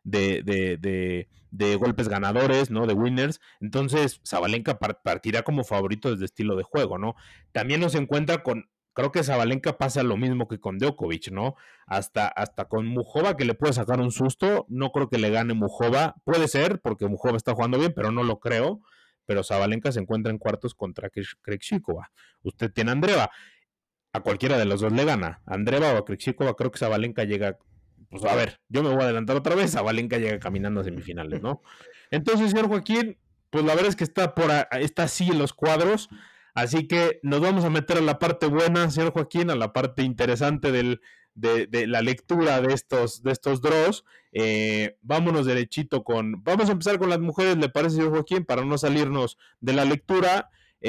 de golpes ganadores, ¿no? De winners. Entonces, Sabalenka partirá como favorito desde estilo de juego, ¿no? También nos encuentra con, creo que Sabalenka pasa lo mismo que con Djokovic, ¿no? Hasta con Muchova, que le puede sacar un susto, no creo que le gane Muchova, puede ser, porque Muchova está jugando bien, pero no lo creo, pero Sabalenka se encuentra en cuartos contra Krejcikova. Usted tiene a Andreeva, a cualquiera de los dos le gana. A Andreeva o a Krejcikova, creo que Sabalenka llega, pues a ver, yo me voy a adelantar otra vez, Sabalenka llega caminando a semifinales, ¿no? Entonces, señor Joaquín, pues la verdad es que está así en los cuadros, así que nos vamos a meter a la parte buena, señor Joaquín, a la parte interesante de la lectura de estos draws. Vámonos derechito vamos a empezar con las mujeres, ¿le parece, señor Joaquín? Para no salirnos de la lectura.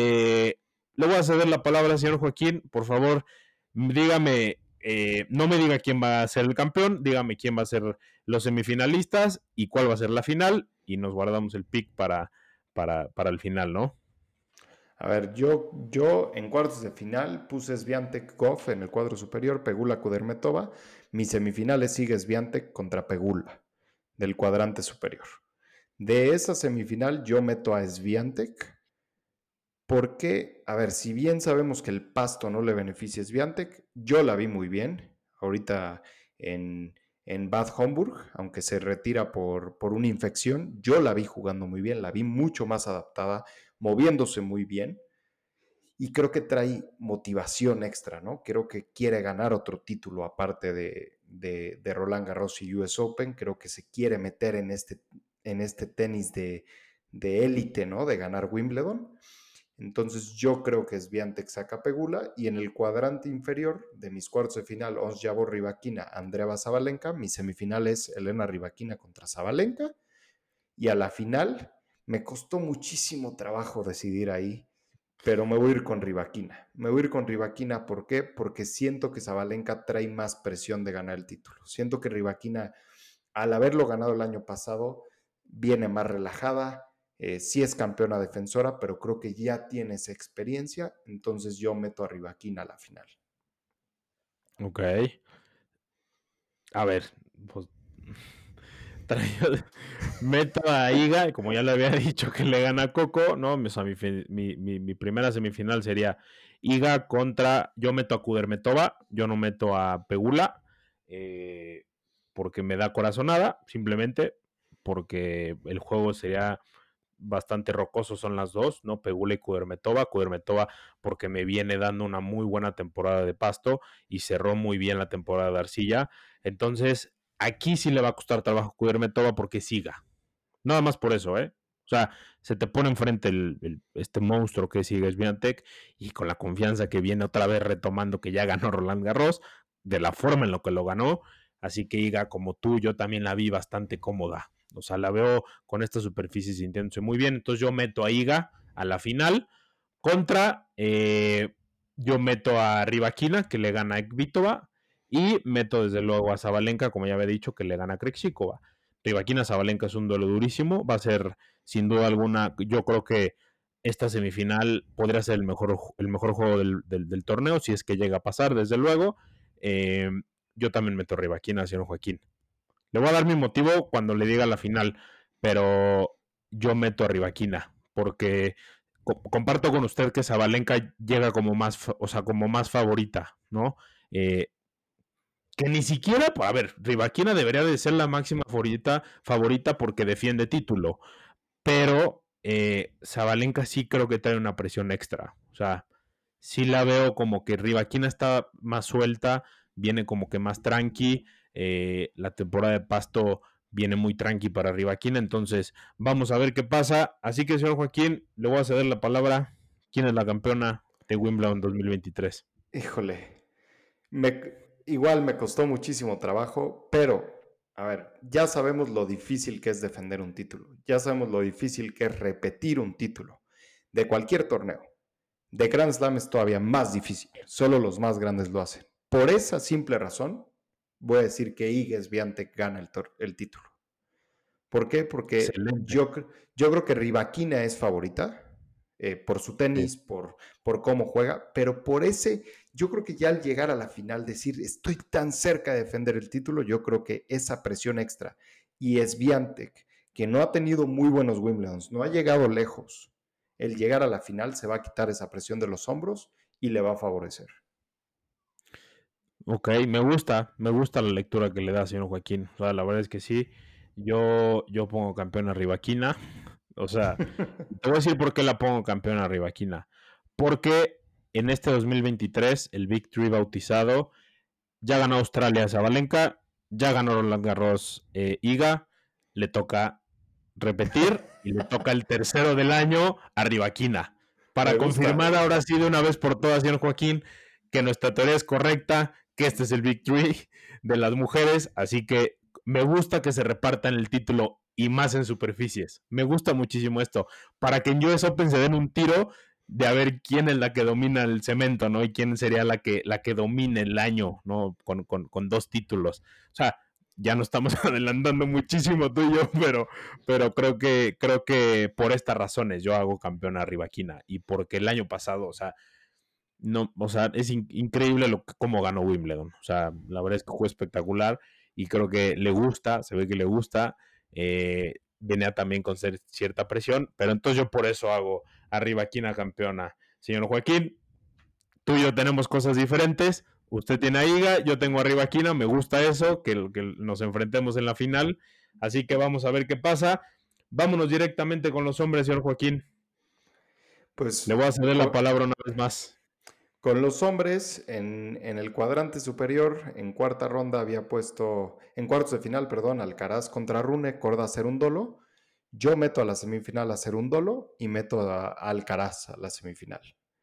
Le voy a ceder la palabra, señor Joaquín, por favor, dígame, no me diga quién va a ser el campeón, dígame quién va a ser los semifinalistas y cuál va a ser la final, y nos guardamos el pick para el final, ¿no? A ver, yo en cuartos de final puse Swiatek Goff en el cuadro superior, Pegula Kudermetova. Mi semifinal sigue Swiatek contra Pegula del cuadrante superior. De esa semifinal yo meto a Swiatek porque, a ver, si bien sabemos que el pasto no le beneficia a Swiatek, yo la vi muy bien ahorita en Bad Homburg, aunque se retira por una infección, yo la vi jugando muy bien, la vi mucho más adaptada, moviéndose muy bien y creo que trae motivación extra, ¿no? Creo que quiere ganar otro título aparte de Roland Garros y US Open, creo que se quiere meter en este tenis de élite, ¿no? De ganar Wimbledon. Entonces yo creo que Swiatek saca Pegula y en el cuadrante inferior de mis cuartos de final, Ons Jabeur Rybakina, Andreeva Sabalenka, mi semifinal es Elena Rybakina contra Sabalenka y a la final me costó muchísimo trabajo decidir ahí, pero me voy a ir con Rybakina. Me voy a ir con Rybakina, ¿por qué? Porque siento que Sabalenka trae más presión de ganar el título. Siento que Rybakina, al haberlo ganado el año pasado, viene más relajada. Sí es campeona defensora, pero creo que ya tiene esa experiencia, entonces yo meto a Rybakina a la final. Ok. A ver, pues meto a Iga, como ya le había dicho que le gana a Coco, ¿no? Mi primera semifinal sería Iga contra, yo meto a Kudermetova, yo no meto a Pegula, porque me da corazonada, simplemente porque el juego sería bastante rocoso, son las dos, ¿no? Pegula y Kudermetova porque me viene dando una muy buena temporada de pasto y cerró muy bien la temporada de arcilla, entonces aquí sí le va a costar trabajo Kudermetova porque siga, nada más por eso, ¿eh? O sea, se te pone enfrente este monstruo que es Iga Swiatek y con la confianza que viene otra vez retomando que ya ganó Roland Garros, de la forma en la que lo ganó. Así que Iga, como tú, yo también la vi bastante cómoda. O sea, la veo con esta superficie sintiéndose muy bien. Entonces yo meto a Iga a la final contra, yo meto a Rybakina, que le gana a Kvitova, y meto desde luego a Sabalenka, como ya había dicho, que le gana a Krejcikova. Rybakina-Sabalenka es un duelo durísimo, va a ser sin duda alguna, yo creo que esta semifinal podría ser el mejor juego del torneo, si es que llega a pasar, desde luego. Yo también meto a Rybakina, señor Joaquín. Le voy a dar mi motivo cuando le diga la final, pero yo meto a Rybakina, porque comparto con usted que Sabalenka llega como más, o sea, como más favorita, ¿no? Que ni siquiera, a ver, Rybakina debería de ser la máxima favorita porque defiende título, pero Sabalenka sí creo que trae una presión extra, o sea, sí la veo como que Rybakina está más suelta, viene como que más tranqui, la temporada de Pasto viene muy tranqui para Rybakina, entonces vamos a ver qué pasa. Así que, señor Joaquín, le voy a ceder la palabra. ¿Quién es la campeona de Wimbledon 2023? Híjole, igual me costó muchísimo trabajo, pero, a ver, ya sabemos lo difícil que es defender un título, ya sabemos lo difícil que es repetir un título de cualquier torneo. De Grand Slam es todavía más difícil, solo los más grandes lo hacen. Por esa simple razón, voy a decir que Iga Swiatek gana el título. ¿Por qué? Porque yo creo que Rybakina es favorita por su tenis, sí, por cómo juega, pero por ese, yo creo que ya al llegar a la final, decir, estoy tan cerca de defender el título, yo creo que esa presión extra, y Swiatek, que no ha tenido muy buenos Wimbledons, no ha llegado lejos, el llegar a la final se va a quitar esa presión de los hombros y le va a favorecer. Ok, me gusta la lectura que le da, señor Joaquín. O sea, la verdad es que sí, yo pongo campeón a Rybakina. O sea, te voy a decir por qué la pongo campeón a Rybakina. Porque en este 2023, el Big Three bautizado, ya ganó Australia Sabalenka, ya ganó Roland Garros Iga, le toca repetir y le toca el tercero del año a Rybakina. Para confirmar ahora sí de una vez por todas, señor Joaquín, que nuestra teoría es correcta, que este es el Big Three de las mujeres, así que me gusta que se repartan el título y más en superficies. Me gusta muchísimo esto. Para que en US Open se den un tiro de a ver quién es la que domina el cemento, ¿no? Y quién sería la que domine el año, ¿no? Con 2 títulos. O sea, ya no estamos adelantando muchísimo tú y yo, pero creo que por estas razones yo hago campeón a Rybakina. Y porque el año pasado, o sea, no, o sea, es increíble cómo ganó Wimbledon. O sea, la verdad es que fue espectacular y creo que le gusta, se ve que le gusta. Venía también con cierta presión, pero entonces yo por eso hago a Rybakina campeona. Señor Joaquín, tú y yo tenemos cosas diferentes. Usted tiene a Iga, yo tengo a Rybakina, me gusta eso, que nos enfrentemos en la final. Así que vamos a ver qué pasa. Vámonos directamente con los hombres, señor Joaquín. Pues le voy a ceder la palabra una vez más. Con los hombres, en el cuadrante superior, en cuarta ronda había puesto, en cuartos de final, perdón, Alcaraz contra Rune, Korda a hacer un dolo. Yo meto a la semifinal a hacer un dolo y meto a Alcaraz a la semifinal.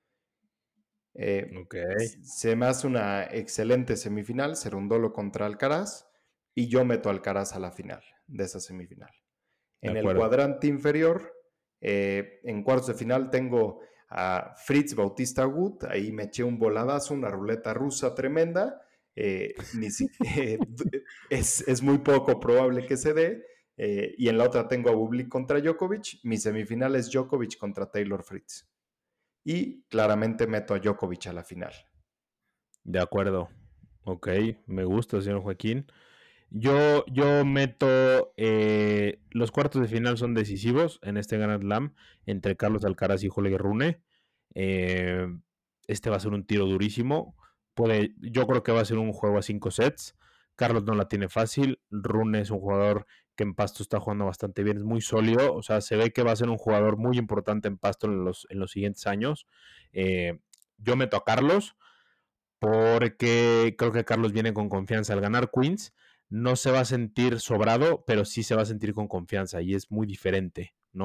Okay. Se me hace una excelente semifinal, ser un dolo contra Alcaraz, y yo meto a Alcaraz a la final de esa semifinal. En el cuadrante inferior, en cuartos de final tengo a Fritz Bautista Agut, ahí me eché un voladazo, una ruleta rusa tremenda, es muy poco probable que se dé, y en la otra tengo a Bublik contra Djokovic, mi semifinal es Djokovic contra Taylor Fritz, y claramente meto a Djokovic a la final. De acuerdo, ok, me gusta, señor Joaquín. Yo meto, los cuartos de final son decisivos en este Grand Slam entre Carlos Alcaraz y Holger Rune. Este va a ser un tiro durísimo. Yo creo que va a ser un juego a 5 sets. Carlos no la tiene fácil. Rune es un jugador que en pasto está jugando bastante bien, es muy sólido. O sea, se ve que va a ser un jugador muy importante en pasto en los siguientes años. Yo meto a Carlos porque creo que Carlos viene con confianza al ganar Queens. No se va a sentir sobrado, pero sí se va a sentir con confianza y es muy diferente, ¿no?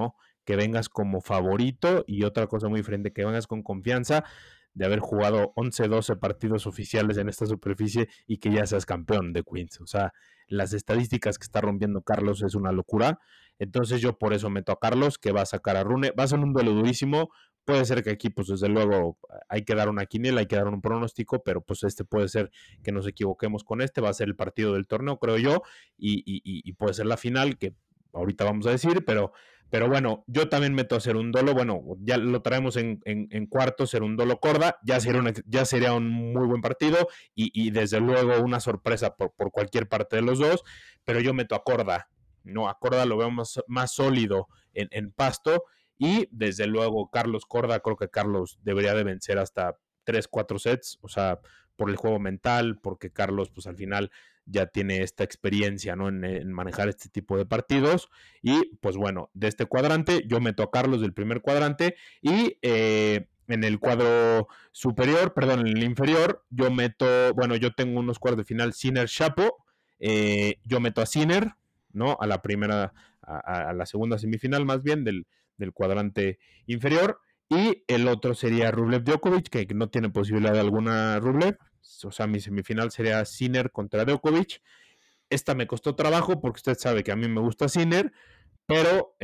que vengas como favorito y otra cosa muy diferente, que vengas con confianza de haber jugado 11, 12 partidos oficiales en esta superficie y que ya seas campeón de Queens. O sea, las estadísticas que está rompiendo Carlos es una locura. Entonces yo por eso meto a Carlos, que va a sacar a Rune. Va a ser un duelo durísimo. Puede ser que aquí, pues desde luego, hay que dar una quiniela, hay que dar un pronóstico, pero pues puede ser que nos equivoquemos con va a ser el partido del torneo, creo yo, y puede ser la final, que ahorita vamos a decir, pero bueno, yo también meto a hacer un dolo, bueno, ya lo traemos en cuarto, ser un dolo Corda, ya sería un muy buen partido, y desde luego una sorpresa por cualquier parte de los dos, pero yo meto a Corda, no, a Corda lo veo más sólido en pasto, y desde luego Carlos Corda, creo que Carlos debería de vencer hasta 3-4 sets, o sea, por el juego mental, porque Carlos pues al final ya tiene esta experiencia, ¿no? En manejar este tipo de partidos. Y pues bueno, de este cuadrante yo meto a Carlos del primer cuadrante y en el cuadro superior, perdón, en el inferior, yo tengo unos cuartos de final Sinner Chapo, yo meto a Sinner, ¿no? A la primera, a la segunda semifinal más bien del cuadrante inferior, y el otro sería Rublev Djokovic, que no tiene posibilidad alguna Rublev, o sea, mi semifinal sería Sinner contra Djokovic. Esta me costó trabajo porque usted sabe que a mí me gusta Sinner, pero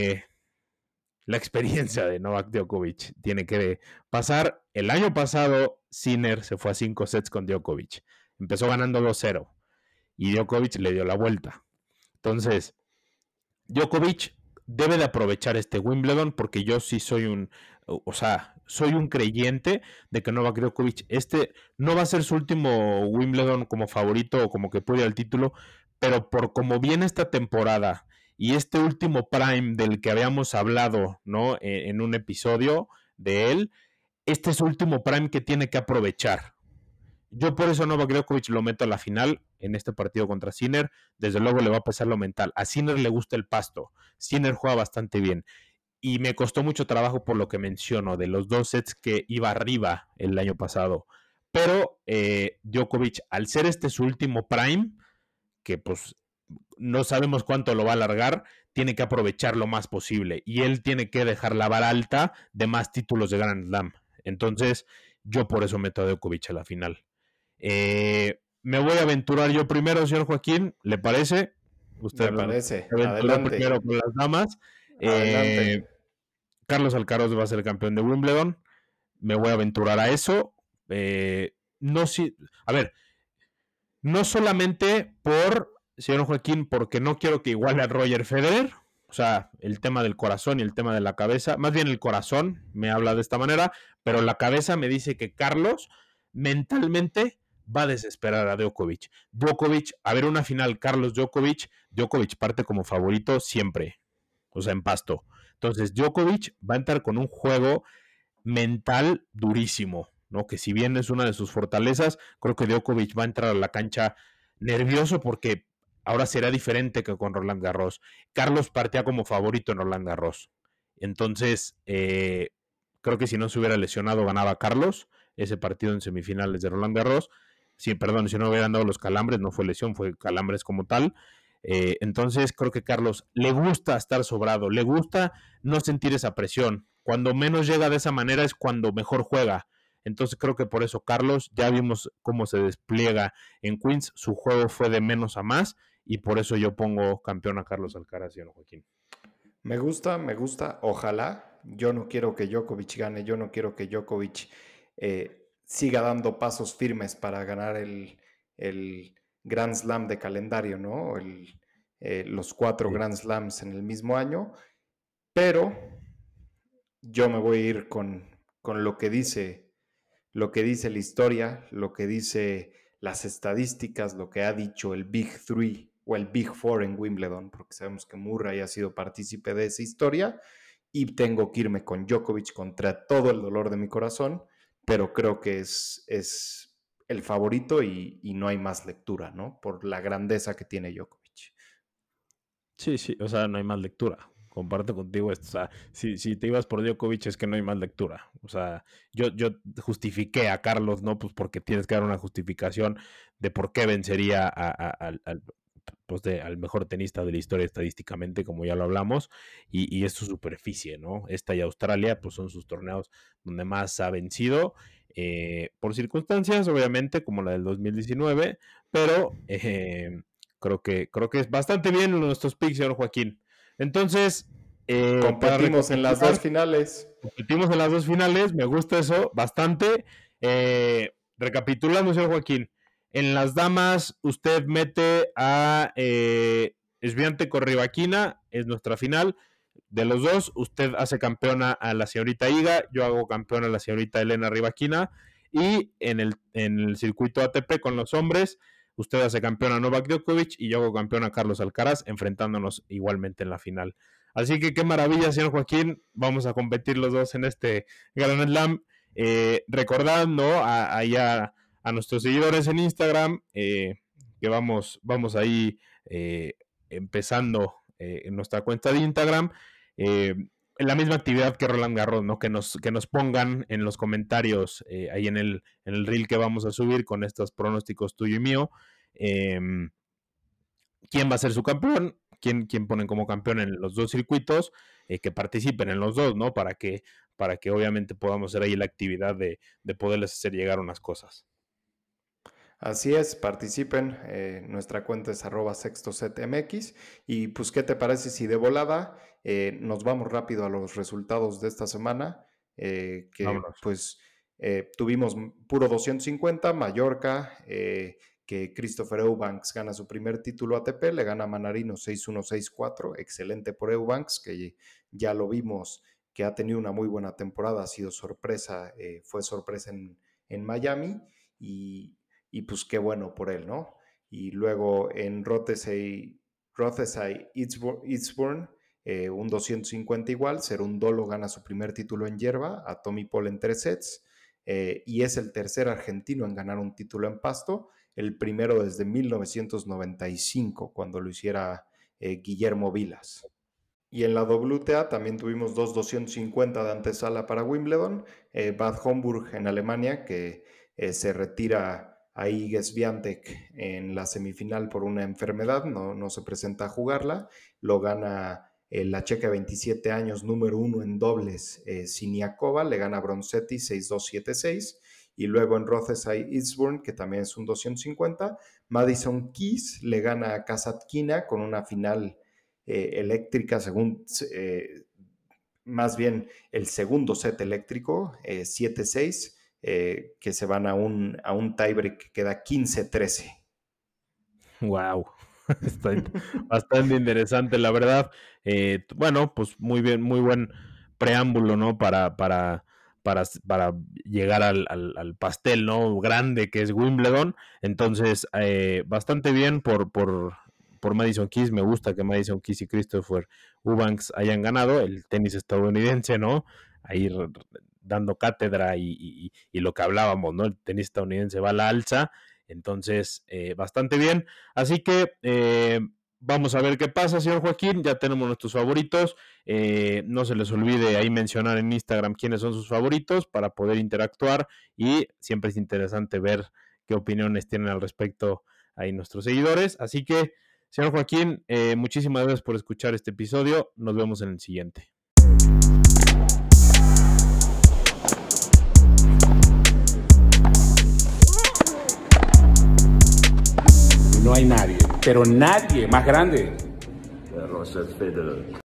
la experiencia de Novak Djokovic tiene que pasar. El año pasado Sinner se fue a 5 sets con Djokovic, empezó ganando 2-0 y Djokovic le dio la vuelta. Entonces, Djokovic debe de aprovechar este Wimbledon, porque yo sí soy un creyente de que Novak Djokovic no va a ser su último Wimbledon como favorito o como que puede ir al título, pero por cómo viene esta temporada y este último prime del que habíamos hablado, ¿no? En un episodio de él, este es su último prime que tiene que aprovechar. Yo por eso Novak Djokovic lo meto a la final en este partido contra Sinner. Desde luego le va a pesar lo mental. A Sinner le gusta el pasto. Sinner juega bastante bien. Y me costó mucho trabajo por lo que menciono, de los 2 sets que iba arriba el año pasado. Pero Djokovic, al ser este su último prime, que pues no sabemos cuánto lo va a alargar, tiene que aprovechar lo más posible. Y él tiene que dejar la vara alta de más títulos de Grand Slam. Entonces, yo por eso meto a Djokovic a la final. Me voy a aventurar yo primero, señor Joaquín, ¿le parece? Usted me parece. Adelante. Primero con las damas. Carlos Alcaraz va a ser campeón de Wimbledon. Me voy a aventurar a eso. No solamente señor Joaquín, porque no quiero que iguale a Roger Federer. O sea, el tema del corazón y el tema de la cabeza, más bien el corazón me habla de esta manera, pero la cabeza me dice que Carlos mentalmente va a desesperar a Djokovic. A ver, una final Carlos Djokovic parte como favorito siempre, o sea, en pasto. Entonces Djokovic va a entrar con un juego mental durísimo, ¿no? Que si bien es una de sus fortalezas, creo que Djokovic va a entrar a la cancha nervioso porque ahora será diferente que con Roland Garros. Carlos partía como favorito en Roland Garros. Entonces, creo que si no se hubiera lesionado, ganaba Carlos ese partido en semifinales de Roland Garros. Sí, perdón, si no hubieran dado los calambres, no fue lesión, fue calambres como tal. Entonces, creo que Carlos le gusta estar sobrado, le gusta no sentir esa presión. Cuando menos llega de esa manera es cuando mejor juega. Entonces creo que por eso Carlos, ya vimos cómo se despliega en Queens, su juego fue de menos a más, y por eso yo pongo campeón a Carlos Alcaraz, señor Joaquín. Me gusta, ojalá. Yo no quiero que Djokovic gane, yo no quiero que Djokovic siga dando pasos firmes para ganar el Grand Slam de calendario, ¿no? Los 4 Grand Slams en el mismo año, pero yo me voy a ir con lo que dice la historia, lo que dice las estadísticas, lo que ha dicho el Big Three o el Big Four en Wimbledon, porque sabemos que Murray ha sido partícipe de esa historia, y tengo que irme con Djokovic contra todo el dolor de mi corazón, pero creo que es el favorito y no hay más lectura, ¿no? Por la grandeza que tiene Djokovic. Sí, o sea, no hay más lectura. Comparto contigo esto. O sea, si te ibas por Djokovic es que no hay más lectura. O sea, yo justifiqué a Carlos, ¿no? Pues porque tienes que dar una justificación de por qué vencería pues al mejor tenista de la historia estadísticamente, como ya lo hablamos, y es su superficie, ¿no? Esta y Australia, pues son sus torneos donde más ha vencido, por circunstancias, obviamente, como la del 2019, pero creo que es bastante bien nuestros picks, señor Joaquín. Entonces, competimos en las dos finales. Competimos en las dos finales, me gusta eso bastante. Recapitulando, señor Joaquín, en las damas usted mete a Swiatek Rybakina, es nuestra final. De los dos, usted hace campeona a la señorita Iga, yo hago campeona a la señorita Elena Rybakina. Y en el circuito ATP con los hombres, usted hace campeona a Novak Djokovic y yo hago campeona a Carlos Alcaraz, enfrentándonos igualmente en la final. Así que qué maravilla, señor Joaquín. Vamos a competir los dos en este Grand Slam. Recordando a nuestros seguidores en Instagram que vamos ahí empezando en nuestra cuenta de Instagram. En la misma actividad que Roland Garros, ¿no? Que nos pongan en los comentarios ahí en el reel que vamos a subir con estos pronósticos tuyo y mío. ¿Quién va a ser su campeón? ¿Quién ponen como campeón en los dos circuitos? Que participen en los dos, ¿no? Para que obviamente podamos hacer ahí la actividad de poderles hacer llegar unas cosas. Así es, participen, nuestra cuenta es @sextosetmx y pues ¿qué te parece si de volada nos vamos rápido a los resultados de esta semana? Que vámonos. Pues tuvimos puro 250, Mallorca, que Christopher Eubanks gana su primer título ATP, le gana a Manarino 6-1, 6-4, excelente por Eubanks, que ya lo vimos que ha tenido una muy buena temporada, ha sido sorpresa, fue sorpresa en Miami y pues qué bueno por él, ¿no? Y luego en Rothesay Eastbourne, un 250 igual, Cerundolo gana su primer título en hierba, a Tommy Paul en 3 sets, y es el tercer argentino en ganar un título en pasto, el primero desde 1995, cuando lo hiciera Guillermo Vilas. Y en la WTA también tuvimos 250 de antesala para Wimbledon, Bad Homburg en Alemania, que se retira a Iga Swiatek en la semifinal por una enfermedad, no se presenta a jugarla, lo gana la checa de 27 años, número 1 en dobles, Siniakova, le gana a Bronzetti 6-2, 7-6, y luego en Rothesay Eastbourne, que también es un 250, Madison Keys le gana a Kasatkina con una final eléctrica, más bien el segundo set eléctrico, 7-6, que se van a un tiebreak que queda 15-13. Wow, está bastante interesante, la verdad. Bueno, pues muy bien, muy buen preámbulo, ¿no? Para llegar al pastel, ¿no? Grande que es Wimbledon. Entonces, bastante bien por Madison Keys. Me gusta que Madison Keys y Christopher Eubanks hayan ganado el tenis estadounidense, ¿no? Ahí dando cátedra y lo que hablábamos, ¿no? El tenis estadounidense va a la alza, entonces bastante bien. Así que vamos a ver qué pasa, señor Joaquín. Ya tenemos nuestros favoritos. No se les olvide ahí mencionar en Instagram quiénes son sus favoritos para poder interactuar y siempre es interesante ver qué opiniones tienen al respecto ahí nuestros seguidores. Así que, señor Joaquín, muchísimas gracias por escuchar este episodio. Nos vemos en el siguiente. No hay nadie, pero nadie más grande.